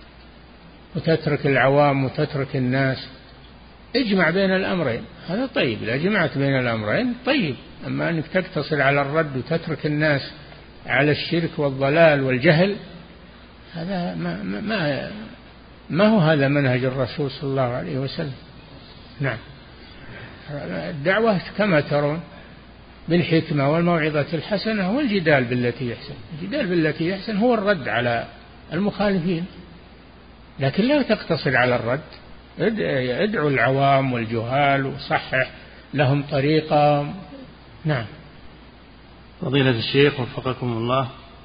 وتترك العوام وتترك الناس. اجمع بين الأمرين، هذا طيب. إذا جمعت بين الأمرين طيب، أما أنك تقتصر على الرد وتترك الناس على الشرك والضلال والجهل، هذا ما, ما, ما هو هذا منهج الرسول صلى الله عليه وسلم. نعم. الدعوة كما ترون بالحكمة والموعظة الحسنة والجدال بالتي يحسن. الجدال بالتي يحسن هو الرد على المخالفين، لكن لا تقتصر على الرد. ادعو العوام والجهال وصحح لهم طريقة. نعم. فضيلة الشيخ وفقكم الله،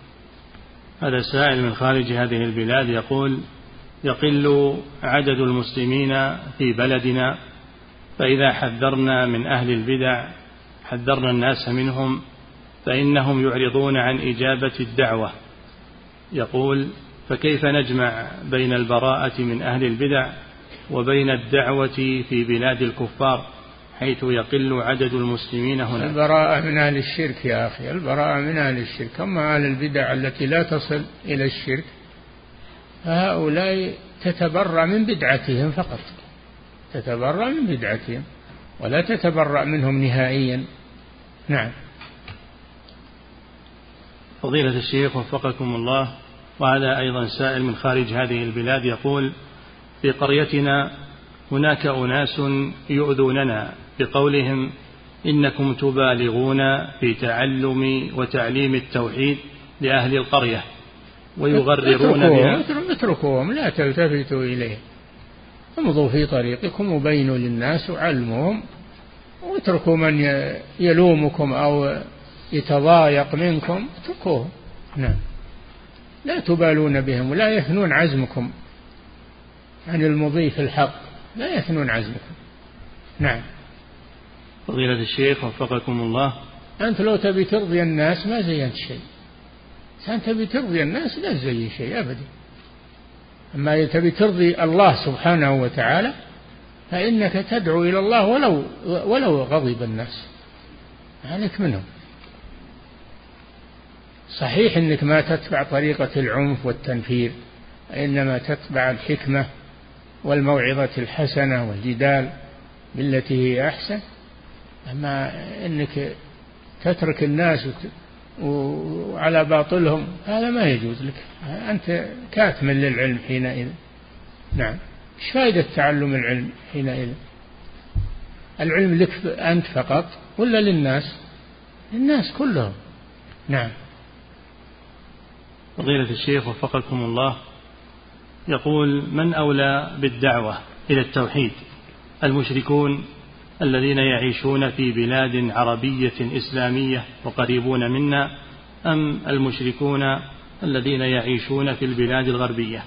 هذا سائل من خارج هذه البلاد يقول يقل عدد المسلمين في بلدنا، فإذا حذرنا من أهل البدع حذرنا الناس منهم فإنهم يعرضون عن إجابة الدعوة. يقول فكيف نجمع بين البراءة من أهل البدع وبين الدعوة في بلاد الكفار حيث يقل عدد المسلمين هنا؟ البراءة من أهل الشرك يا أخي، البراءة من أهل الشرك. أما أهل البدع التي لا تصل إلى الشرك فهؤلاء تتبرأ من بدعتهم فقط، تتبرأ من بدعتهم ولا تتبرأ منهم نهائيا. نعم. فضيلة الشيخ وفقكم الله، وهذا أيضا سائل من خارج هذه البلاد يقول في قريتنا هناك أناس يؤذوننا بقولهم إنكم تبالغون في تعلم وتعليم التوحيد لأهل القرية ويغررون بها. اتركوهم، لا تلتفتوا إليه، امضوا في طريقكم وبينوا للناس وعلموهم، واتركوا من يلومكم أو يتضايق منكم، اتركوهم. نعم. لا تبالون بهم ولا يثنون عزمكم عن المضي في الحق، لا يثنون عزمكم. نعم. فضيلة الشيخ وفقكم الله، أنت لو تبي ترضي الناس ما زينت شيء، أنت تبي ترضي الناس لا تزين شيء أبدا. أما تبي ترضي الله سبحانه وتعالى فإنك تدعو إلى الله ولو ولو غضب الناس عليك منهم. صحيح أنك ما تتبع طريقة العنف والتنفير، إنما تتبع الحكمة والموعظة الحسنة والجدال بالتي هي أحسن. أما أنك تترك الناس وعلى باطلهم هذا ما يجوز لك، أنت كاتم للعلم حينئذ. نعم. إيش فائدة تعلم العلم حينئذ؟ العلم لك أنت فقط ولا للناس؟ للناس كلهم. نعم. فضيلة الشيخ وفقكم الله، يقول من أولى بالدعوة إلى التوحيد، المشركون الذين يعيشون في بلاد عربية إسلامية وقريبون منا، أم المشركون الذين يعيشون في البلاد الغربية؟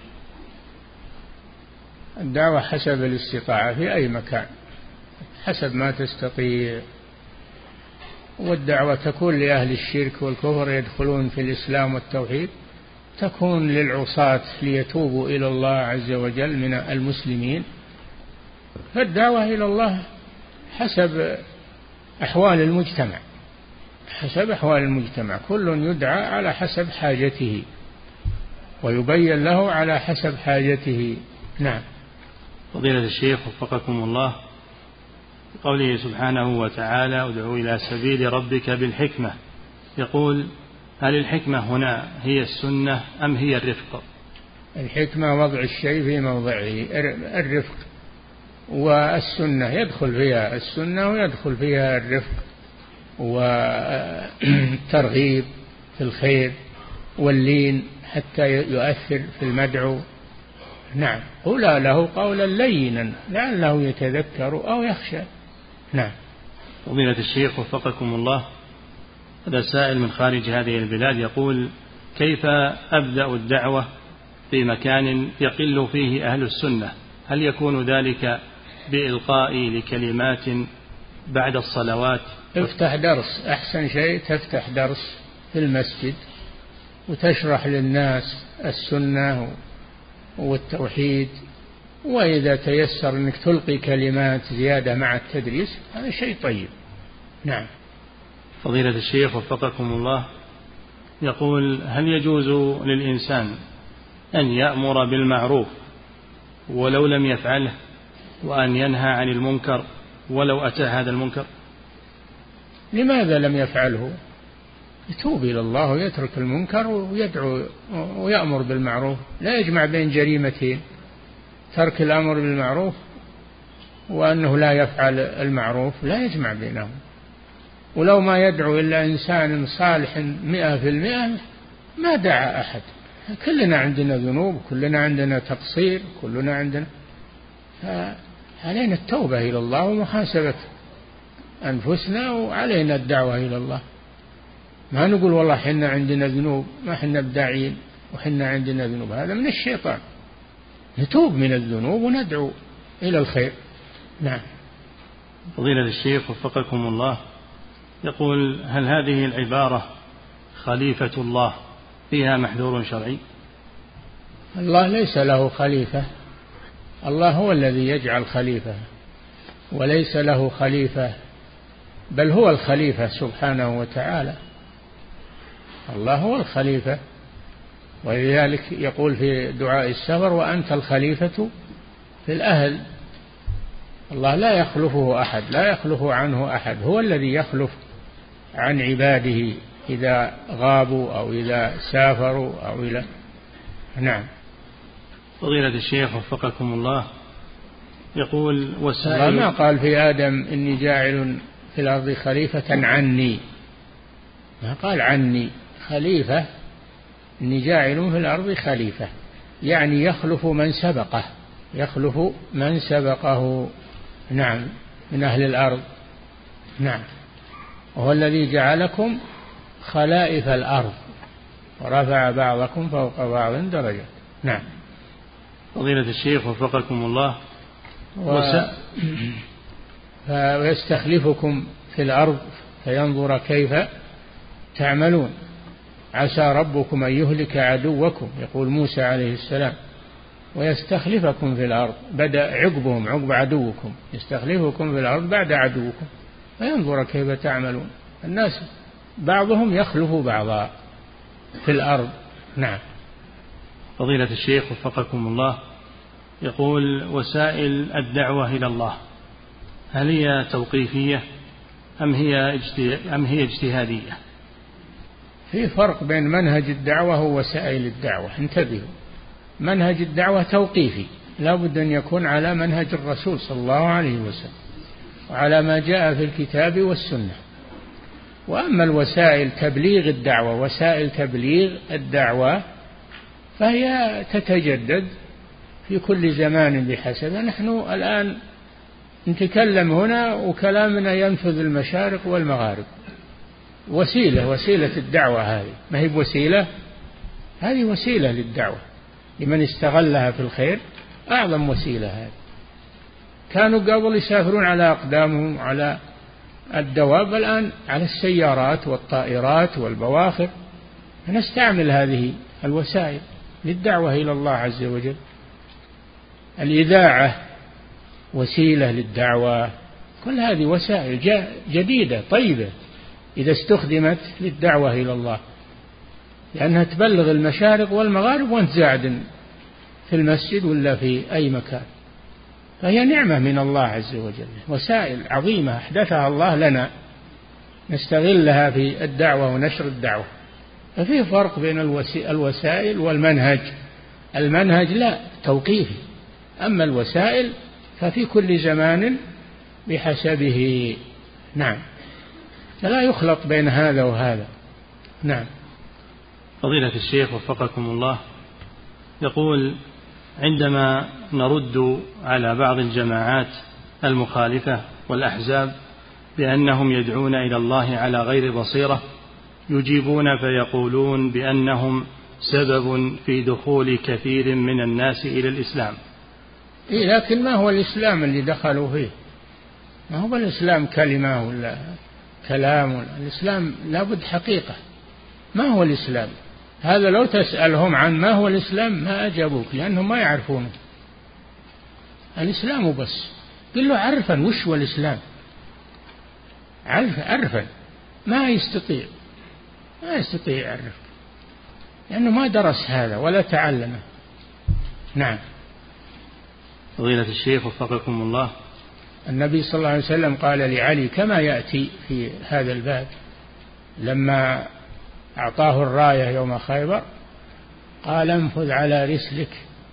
الدعوة حسب الاستطاعة في أي مكان، حسب ما تستطيع. والدعوة تكون لأهل الشرك والكفر يدخلون في الإسلام والتوحيد، تكون للعصاة ليتوبوا إلى الله عز وجل من المسلمين. فالدعوة إلى الله حسب أحوال المجتمع، حسب أحوال المجتمع، كل يدعى على حسب حاجته ويبين له على حسب حاجته. نعم. فضيلة الشيخ وفقكم الله، قوله سبحانه وتعالى ادعوا إلى سبيل ربك بالحكمة، يقول هل الحكمة هنا هي السنة أم هي الرفق؟ الحكمة وضع الشيء في موضعه، الرفق والسنة يدخل فيها السنة ويدخل فيها الرفق والترغيب في الخير واللين حتى يؤثر في المدعو. نعم، قولا له قولا لينا لعله يتذكر أو يخشى. نعم. فضيلة الشيخ وفقكم الله، هذا سائل من خارج هذه البلاد يقول: كيف أبدأ الدعوة في مكان يقل فيه أهل السنة؟ هل يكون ذلك بإلقاء لكلمات بعد الصلوات؟ افتح درس، أحسن شيء تفتح درس في المسجد وتشرح للناس السنة والتوحيد، وإذا تيسر أنك تلقي كلمات زيادة مع التدريس هذا شيء طيب. نعم. فضيلة الشيخ وفقكم الله، يقول: هل يجوز للإنسان أن يأمر بالمعروف ولو لم يفعله، وأن ينهى عن المنكر ولو أتى هذا المنكر؟ لماذا لم يفعله؟ يتوب إلى الله ويترك المنكر ويدعو ويأمر بالمعروف، لا يجمع بين جريمتين، ترك الأمر بالمعروف وأنه لا يفعل المعروف، لا يجمع بينهم. ولو ما يدعو إلا إنسان صالح مئة في المئة ما دعا أحد. كلنا عندنا ذنوب، كلنا عندنا تقصير، كلنا عندنا، علينا التوبة إلى الله ومحاسبة أنفسنا، وعلينا الدعوة إلى الله. ما نقول والله حنا عندنا ذنوب ما حنا بداعين وحنا عندنا ذنوب، هذا من الشيطان. نتوب من الذنوب وندعو إلى الخير. نعم. فضيلة الشيخ وفقكم الله، يقول: هل هذه العبارة خليفة الله فيها محذور شرعي؟ الله ليس له خليفة، الله هو الذي يجعل خليفة، وليس له خليفة، بل هو الخليفة سبحانه وتعالى. الله هو الخليفة، ولذلك يقول في دعاء السفر: وأنت الخليفة في الأهل. الله لا يخلفه أحد، لا يخلف عنه أحد، هو الذي يخلف عن عباده إذا غابوا أو إذا سافروا أو إلى. نعم. فضيلة الشيخ وفقكم الله، يقول: وسائل الله ما قال في آدم إني جاعل في الأرض خليفة عني، ما قال عني، خليفة، إني جاعل في الأرض خليفة، يعني يخلف من سبقه، يخلف من سبقه. نعم، من أهل الأرض. نعم. وهو الذي جعلكم خلائف الأرض ورفع بعضكم فوق بعض درجات. نعم. فضيلة الشيخ وفقكم الله، و... ويستخلفكم في الأرض فينظر كيف تعملون. عسى ربكم أن يهلك عدوكم، يقول موسى عليه السلام، ويستخلفكم في الأرض، بدأ عقبهم عقب عدوكم، يستخلفكم في الأرض بعد عدوكم فينظر كيف تعملون. الناس بعضهم يخلف بعضا في الأرض. نعم. فضيلة الشيخ وفقكم الله، يقول: وسائل الدعوة إلى الله هل هي توقيفية أم هي أم هي اجتهادية؟ في فرق بين منهج الدعوة ووسائل الدعوة، انتبهوا. منهج الدعوة توقيفي، لا بد أن يكون على منهج الرسول صلى الله عليه وسلم وعلى ما جاء في الكتاب والسنة. وأما الوسائل تبليغ الدعوة، وسائل تبليغ الدعوة فهي تتجدد في كل زمان بحسب. نحن الآن نتكلم هنا وكلامنا ينفذ المشارق والمغارب، وسيلة وسيلة الدعوة هذه، ما هي بوسيلة، هذه وسيلة للدعوة لمن استغلها في الخير، أعظم وسيلة هذه. كانوا قبل يسافرون على أقدامهم على الدواب، الآن على السيارات والطائرات والبواخر. نستعمل هذه الوسائل للدعوة إلى الله عز وجل. الإذاعة وسيلة للدعوة، كل هذه وسائل جديدة طيبة إذا استخدمت للدعوة إلى الله، لأنها تبلغ المشارق والمغارب وأنت قاعد في المسجد ولا في أي مكان، فهي نعمة من الله عز وجل، وسائل عظيمة أحدثها الله لنا نستغلها في الدعوة ونشر الدعوة. ففي فرق بين الوسائل والمنهج. المنهج لا توقيفي، أما الوسائل ففي كل زمان بحسبه. نعم، فلا يخلط بين هذا وهذا. نعم. فضيلة الشيخ وفقكم الله، يقول: عندما نرد على بعض الجماعات المخالفة والأحزاب بأنهم يدعون إلى الله على غير بصيرة، يجيبون فيقولون بأنهم سبب في دخول كثير من الناس إلى الإسلام. إيه، لكن ما هو الإسلام اللي دخلوا فيه؟ ما هو الإسلام كلمة ولا كلام ولا الإسلام لابد حقيقة. ما هو الإسلام؟ هذا لو تسألهم عن ما هو الإسلام ما أجابوك، لأنهم ما يعرفونه. الإسلام بس قل له عرفا وش هو الإسلام، عرفا عرفا ما يستطيع ما يستطيع يعرف، لأنه ما درس هذا ولا تعلمه. نعم. فضيلة الشيخ وفقكم الله، النبي صلى الله عليه وسلم قال لعلي كما يأتي في هذا الباب لما أعطاه الراية يوم خيبر، قال: انفذ على رسلك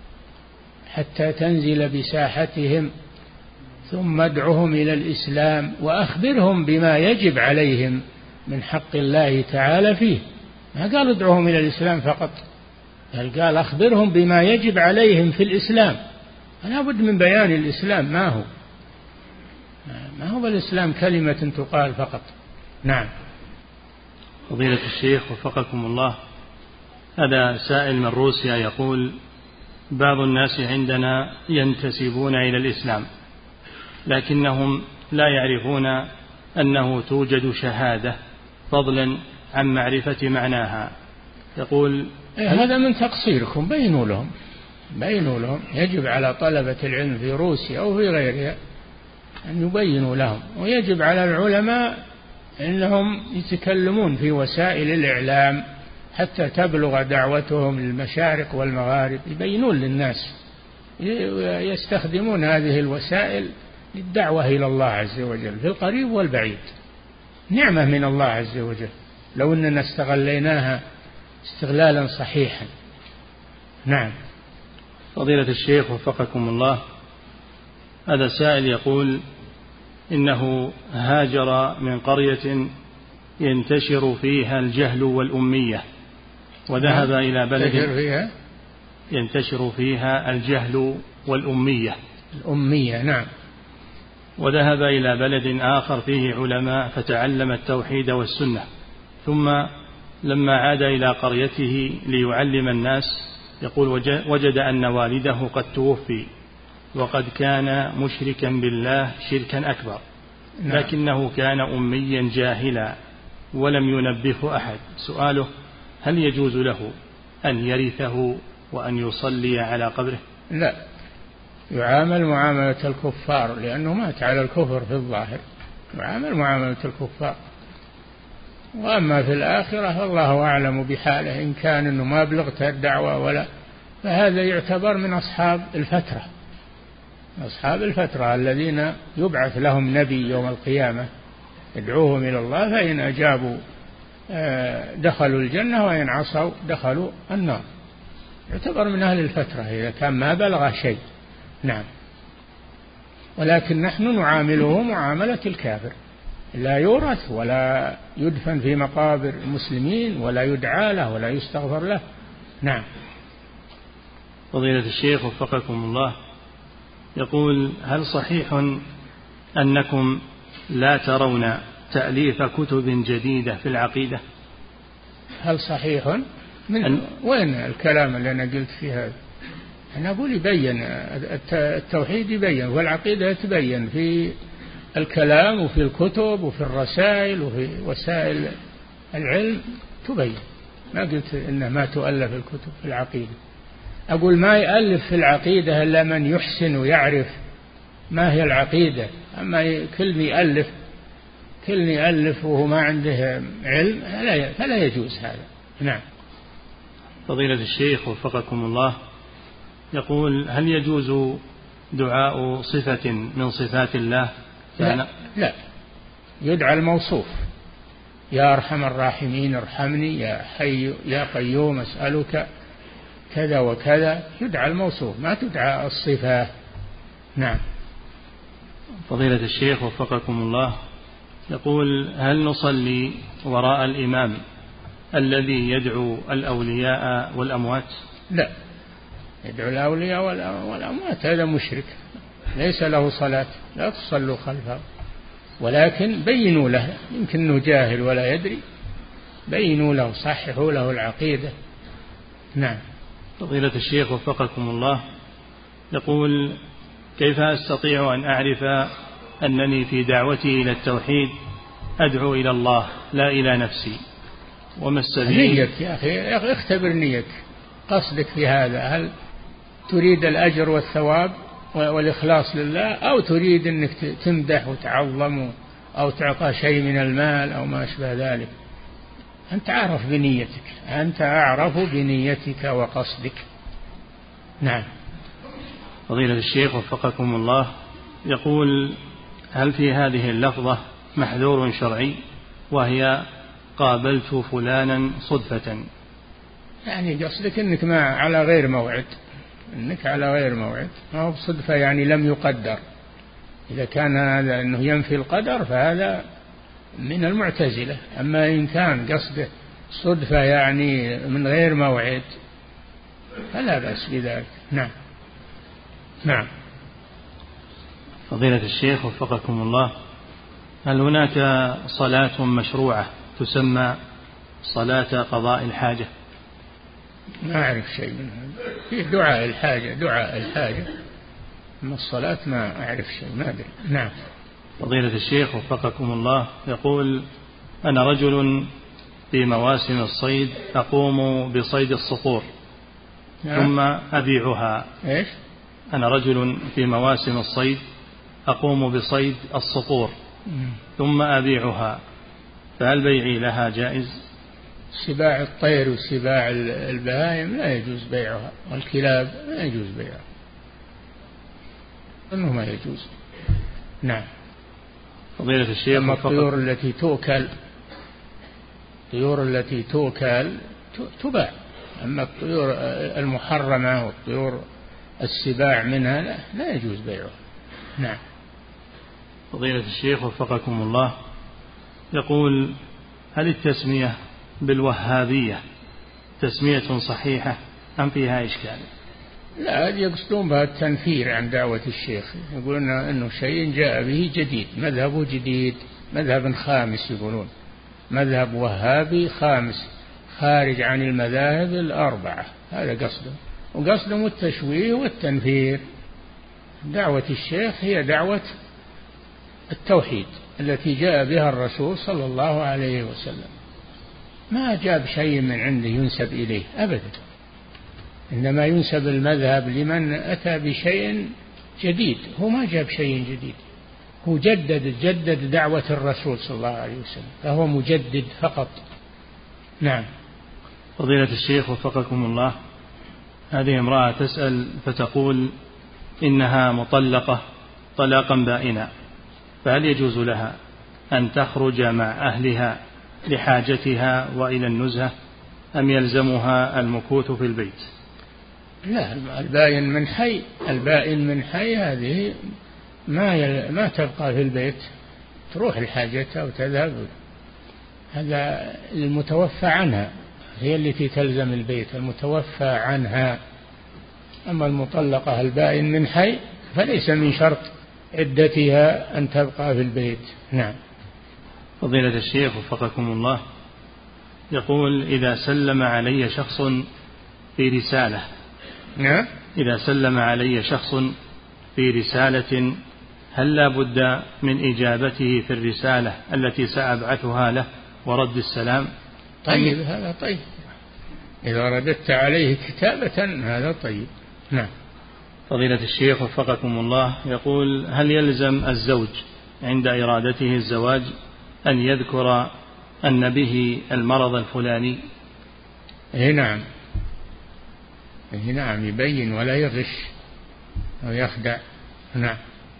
حتى تنزل بساحتهم ثم ادعهم إلى الإسلام وأخبرهم بما يجب عليهم من حق الله تعالى فيه. ما قال ادعهم إلى الإسلام فقط، بل قال أخبرهم بما يجب عليهم في الإسلام. لا بد من بيان الإسلام ما هو ما هو الإسلام كلمة تقال فقط. نعم. فضيلة الشيخ وفقكم الله، هذا سائل من روسيا يقول: بعض الناس عندنا ينتسبون إلى الإسلام لكنهم لا يعرفون أنه توجد شهادة فضلا عن معرفة معناها. يقول: هذا من تقصيركم، بينوا لهم بينوا لهم يجب على طلبة العلم في روسيا أو في غيرها أن يبينوا لهم، ويجب على العلماء أنهم يتكلمون في وسائل الإعلام حتى تبلغ دعوتهم للمشارق والمغارب، يبينون للناس، يستخدمون هذه الوسائل للدعوة إلى الله عز وجل في القريب والبعيد. نعمة من الله عز وجل لو أننا استغليناها استغلالا صحيحا. نعم. فضيلة الشيخ وفقكم الله، هذا سائل يقول: إنه هاجر من قرية ينتشر فيها الجهل والأمية وذهب إلى بلد فيها ينتشر فيها الجهل والأمية الأمية نعم وذهب إلى بلد آخر فيه علماء فتعلم التوحيد والسنة، ثم لما عاد إلى قريته ليعلم الناس يقول وجد أن والده قد توفي وقد كان مشركا بالله شركا أكبر، لكنه كان أميا جاهلا ولم ينبهه أحد. سؤاله: هل يجوز له أن يرثه وأن يصلي على قبره؟ لا، يعامل معاملة الكفار لأنه مات على الكفر في الظاهر، يعامل معاملة الكفار. وأما في الآخرة فالله أعلم بحاله، إن كان أنه ما بلغت الدعوة ولا، فهذا يعتبر من أصحاب الفترة، أصحاب الفترة الذين يبعث لهم نبي يوم القيامة يدعوهم إلى الله، فإن أجابوا دخلوا الجنة وإن عصوا دخلوا النار، يعتبر من أهل الفترة إذا كان ما بلغ شيء. نعم. ولكن نحن نعامله معاملة الكافر، لا يورث ولا يدفن في مقابر المسلمين ولا يدعى له ولا يستغفر له. نعم. فضيلة الشيخ وفقكم الله، يقول: هل صحيح أنكم لا ترون تأليف كتب جديدة في العقيدة؟ هل صحيح؟ من أن... وين الكلام اللي أنا قلت فيه هذا؟ أنا أقول يبين التوحيد، يبين والعقيدة تبين في الكلام وفي الكتب وفي الرسائل وفي وسائل العلم تبين. ما قلت إنه ما تؤلف الكتب في العقيدة، أقول ما يألف في العقيدة إلا من يحسن ويعرف ما هي العقيدة. أما كل يألف كل يألف وهو ما عنده علم فلا يجوز هذا. نعم. فضيلة الشيخ وفقكم الله، يقول: هل يجوز دعاء صفة من صفات الله؟ لا, لا، يدعى الموصوف: يا أرحم الراحمين ارحمني، يا حي يا قيوم أسألك كذا وكذا، يدعى الموصوف ما تدعى الصفة. نعم. فضيلة الشيخ وفقكم الله، يقول: هل نصلي وراء الإمام الذي يدعو الأولياء والأموات؟ لا، يدعو الأولياء والأموات هذا مشرك ليس له صلاة، لا تصلوا خلفه، ولكن بينوا له، يمكن أنه جاهل ولا يدري، بينوا له، صححوا له العقيدة. نعم. فضيلة الشيخ وفقكم الله، يقول: كيف أستطيع أن أعرف أنني في دعوتي إلى التوحيد أدعو إلى الله لا إلى نفسي؟ وما السبيل؟ نيتك يا أخي، اختبر نيتك، قصدك في هذا، هل تريد الأجر والثواب والإخلاص لله، أو تريد أنك تمدح وتعظم أو تعطى شيء من المال أو ما أشبه ذلك؟ أنت أعرف بنيتك، أنت أعرف بنيتك وقصدك. نعم. فضيلة الشيخ وفقكم الله، يقول: هل في هذه اللفظة محذور شرعي وهي قابلت فلانا صدفة؟ يعني قصدك أنك ما على غير موعد، أنك على غير موعد، ما هو صدفة يعني لم يقدر. إذا كان هذا أنه ينفي القدر فهذا من المعتزلة، أما إن كان قصده صدفة يعني من غير موعد فلا بأس بذلك. نعم. نعم. فضيلة الشيخ وفقكم الله، هل هناك صلاة مشروعة تسمى صلاة قضاء الحاجة؟ ما أعرف شيء من هذا، فيه دعاء الحاجة، دعاء الحاجة، أما الصلاة ما أعرف شيء، ما أدري. نعم. فضيلة الشيخ وفقكم الله، يقول: أنا رجل في مواسم الصيد أقوم بصيد الصقور ثم أبيعها. إيش؟ أنا رجل في مواسم الصيد أقوم بصيد الصقور ثم أبيعها، فهل بيعي لها جائز؟ سباع الطير وسباع البهائم لا يجوز بيعها، والكلاب لا يجوز بيعها، أنه ما يجوز. نعم. فضيلة الشيخ، أما الطيور التي تؤكل، الطيور التي تؤكل تباع، أما الطيور المحرمة والطيور السباع منها لا, لا يجوز بيعها. نعم. فضيلة الشيخ وفقكم الله، يقول: هل التسمية بالوهابية تسمية صحيحة أم فيها إشكال؟ لا، يقصدون بها التنفير عن دعوة الشيخ، يقولون أنه شيء جاء به جديد، مذهبه جديد، مذهب خامس، يقولون مذهب وهابي خامس خارج عن المذاهب الأربعة، هذا قصده، وقصدهم التشويه والتنفير. دعوة الشيخ هي دعوة التوحيد التي جاء بها الرسول صلى الله عليه وسلم، ما جاب شيء من عنده ينسب إليه أبدا، إنما ينسب المذهب لمن أتى بشيء جديد، هو ما جاب شيء جديد، هو جدد جدد دعوة الرسول صلى الله عليه وسلم، فهو مجدد فقط. نعم. فضيلة الشيخ وفقكم الله، هذه امرأة تسأل فتقول إنها مطلقة طلاقا بائنا، فهل يجوز لها أن تخرج مع أهلها لحاجتها وإلى النزهة أم يلزمها المكوث في البيت؟ لا، البائن من حي، البائن من حي هذه ما يل... ما تبقى في البيت، تروح لحاجتها وتذهب، هذا المتوفى عنها، هي التي تلزم البيت، المتوفى عنها. أما المطلقة البائن من حي فليس من شرط عدتها أن تبقى في البيت. نعم. فضيلة الشيخ وفقكم الله، يقول: إذا سلم علي شخص في رسالة نعم. إذا سلم علي شخص في رسالة هل لا بد من إجابته في الرسالة التي سأبعثها له ورد السلام؟ طيب، هذا طيب، إذا رددت عليه كتابة هذا طيب. نعم. فضيلة الشيخ وفقكم الله، يقول: هل يلزم الزوج عند إرادته الزواج أن يذكر أن به المرض الفلاني؟ إيه نعم، إيه نعم، يبين ولا يغش أو يخدع. نعم.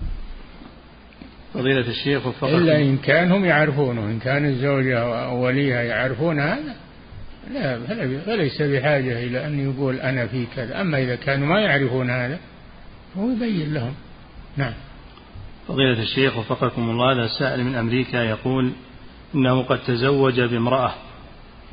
فضيلة الشيخ وفقكم، إلا إن كانوا يعرفونه، إن كان الزوجة ووليها يعرفون هذا لا، فليس بحاجة إلى أن يقول أنا في كذا، أما إذا كانوا ما يعرفون هذا هو يبين لهم. نعم. فضيلة الشيخ وفقكم الله، هذا سائل من أمريكا يقول إنه قد تزوج بامرأة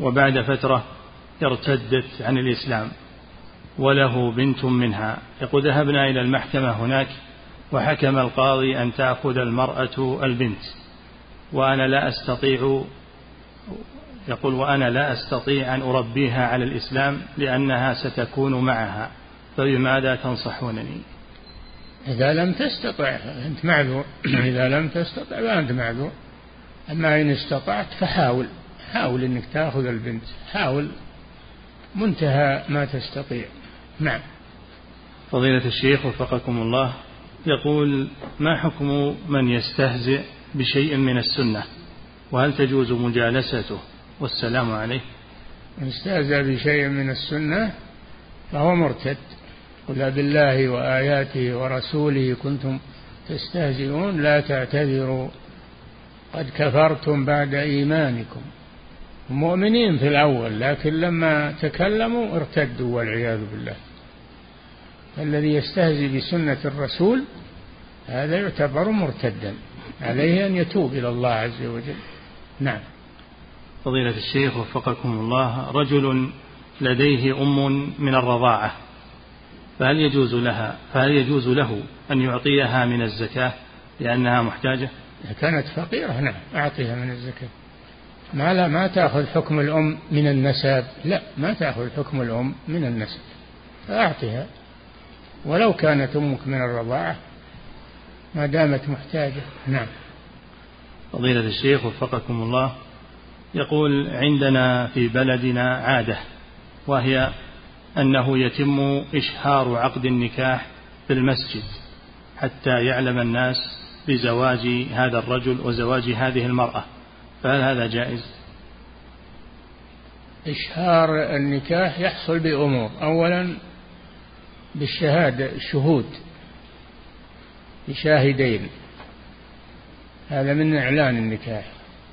وبعد فترة ارتدت عن الإسلام وله بنت منها. يقول ذهبنا إلى المحكمة هناك وحكم القاضي أن تأخذ المرأة البنت وأنا لا أستطيع يقول وأنا لا أستطيع أن أربيها على الإسلام لأنها ستكون معها، فبماذا تنصحونني؟ إذا لم تستطع أنت معذور، إذا لم تستطع فأنت معذور، أما إن استطعت فحاول، حاول أنك تأخذ البنت، حاول منتهى ما تستطيع. نعم. فضيلة الشيخ وفقكم الله، يقول ما حكم من يستهزئ بشيء من السنة، وهل تجوز مجالسته؟ والسلام عليه. من استهزأ بشيء من السنة فهو مرتد. قل بالله وآياته ورسوله كنتم تستهزئون لا تعتذروا قد كفرتم بعد إيمانكم. مؤمنين في الأول لكن لما تكلموا ارتدوا والعياذ بالله. الذي يستهزئ بسنة الرسول هذا يعتبر مرتدا، عليه أن يتوب إلى الله عز وجل. نعم. فضيلة الشيخ وفقكم الله، رجل لديه أم من الرضاعة، فهل يجوز لها فهل يجوز له أن يعطيها من الزكاة لأنها محتاجة؟ إذا كانت فقيرة نعم أعطيها من الزكاة. ما لا ما تأخذ حكم الأم من النسب، لا ما تأخذ حكم الأم من النسب، فأعطيها ولو كانت أمك من الرضاعة ما دامت محتاجة. نعم. فضيلة الشيخ وفقكم الله، يقول عندنا في بلدنا عادة، وهي أنه يتم إشهار عقد النكاح في المسجد حتى يعلم الناس بزواج هذا الرجل وزواج هذه المرأة، فهل هذا جائز؟ إشهار النكاح يحصل بأمور، أولا بالشهادة، الشهود بشاهدين، هذا من إعلان النكاح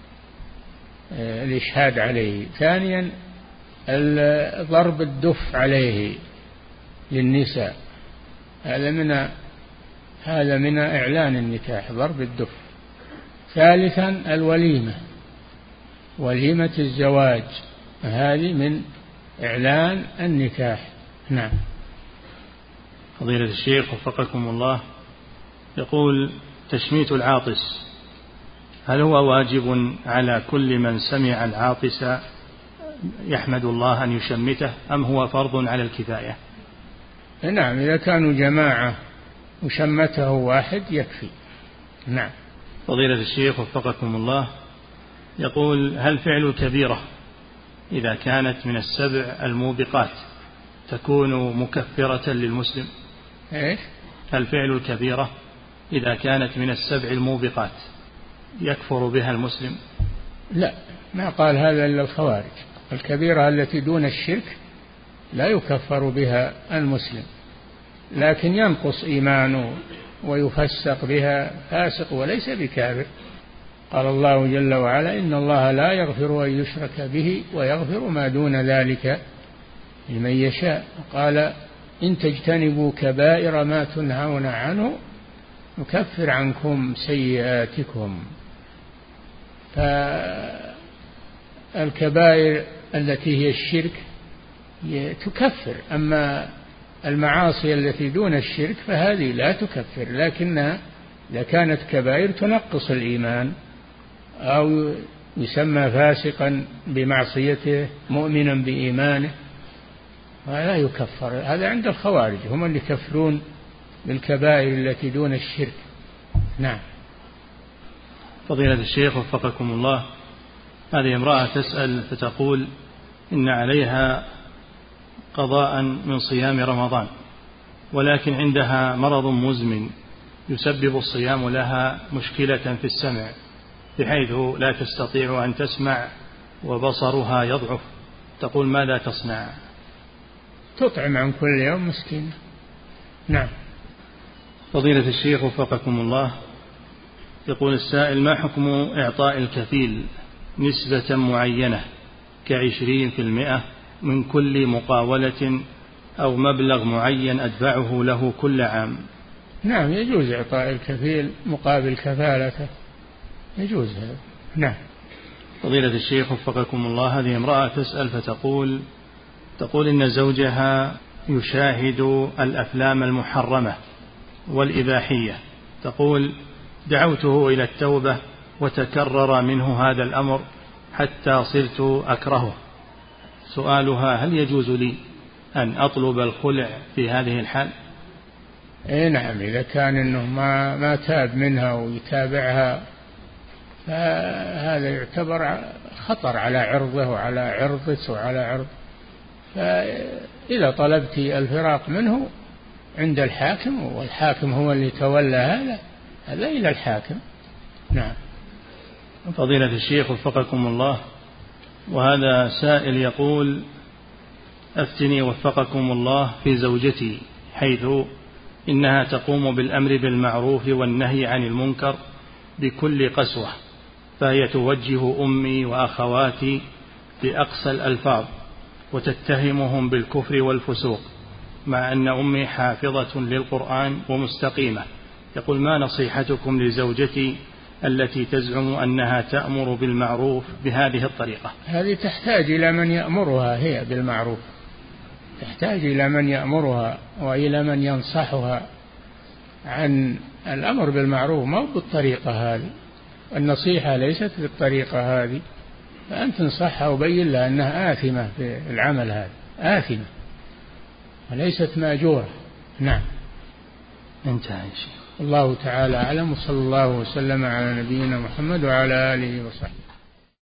الإشهاد عليه. ثانيا ضرب الدف عليه للنساء، هذا من هذا من إعلان النكاح، ضرب الدف. ثالثا الوليمة، وليمة الزواج، هذه من إعلان النكاح. نعم. فضيلة الشيخ وفقكم الله، يقول تشميت العاطس هل هو واجب على كل من سمع العاطس يحمد الله أن يشمته، أم هو فرض على الكفاية؟ نعم، إذا كانوا جماعة وشمته واحد يكفي. نعم. فضيلة الشيخ وفقكم الله، يقول هل فعل الكبيرة إذا كانت من السبع الموبقات تكون مكفرة للمسلم؟ إيش؟ هل فعل الكبيرة إذا كانت من السبع الموبقات يكفر بها المسلم؟ لا، ما قال هذا إلا الخوارج. الكبيرة التي دون الشرك لا يكفر بها المسلم، لكن ينقص إيمانه ويفسق بها فاسق وليس بكافر. قال الله جل وعلا إن الله لا يغفر أن يشرك به ويغفر ما دون ذلك لمن يشاء. قال إن تجتنبوا كبائر ما تنهون عنه نكفر عنكم سيئاتكم. فالكبائر التي هي الشرك تكفر، أما المعاصي التي دون الشرك فهذه لا تكفر، لكنها إذا كانت كبائر تنقص الإيمان أو يسمى فاسقا بمعصيته مؤمنا بإيمانه ولا يكفر. هذا عند الخوارج، هم اللي يكفرون بالكبائر التي دون الشرك. نعم. فضيلة الشيخ وفقكم الله، هذه امرأة تسأل فتقول إن عليها قضاء من صيام رمضان، ولكن عندها مرض مزمن يسبب الصيام لها مشكلة في السمع بحيث لا تستطيع أن تسمع وبصرها يضعف. تقول ماذا تصنع؟ تطعم عن كل يوم مسكين. نعم. فضيلة الشيخ وفقكم الله، يقول السائل ما حكم إعطاء الكفيل نسبة معينة كعشرين في المئة من كل مقاولة أو مبلغ معين أدفعه له كل عام؟ نعم، يجوز إعطاء الكفيل مقابل كفالته، يجوز هذا. نعم. فضيلة الشيخ وفقكم الله، هذه امرأة تسأل فتقول تقول إن زوجها يشاهد الأفلام المحرمة والإباحية. تقول دعوته إلى التوبة وتكرر منه هذا الأمر حتى صرت أكرهه. سؤالها: هل يجوز لي أن أطلب الخلع في هذه الحال؟ إيه نعم، إذا كان إنه ما ما تاب منها ويتابعها فهذا يعتبر خطر على عرضه وعلى عرضك وعلى عرض. فإذا طلبت الفراق منه عند الحاكم، والحاكم هو اللي تولى هذا هذا إلى الحاكم. نعم. فضيلة الشيخ وفقكم الله، وهذا سائل يقول: أفتني وفقكم الله في زوجتي، حيث إنها تقوم بالأمر بالمعروف والنهي عن المنكر بكل قسوة، فهي توجه أمي وأخواتي بأقسى الألفاظ وتتهمهم بالكفر والفسوق، مع أن أمي حافظة للقرآن ومستقيمة. يقول: ما نصيحتكم لزوجتي التي تزعم أنها تأمر بالمعروف بهذه الطريقة؟ هذه تحتاج إلى من يأمرها هي بالمعروف، تحتاج إلى من يأمرها وإلى من ينصحها عن الأمر بالمعروف، ما بالطريقة هذه. النصيحة ليست بالطريقة هذه، فأنت تنصحها وبين لها أنها آثمة في العمل هذا، آثمة وليست مأجورة. نعم. انتهى يا شيخ. الله تعالى أعلم، وصلى الله وسلم على نبينا محمد وعلى آله وصحبه.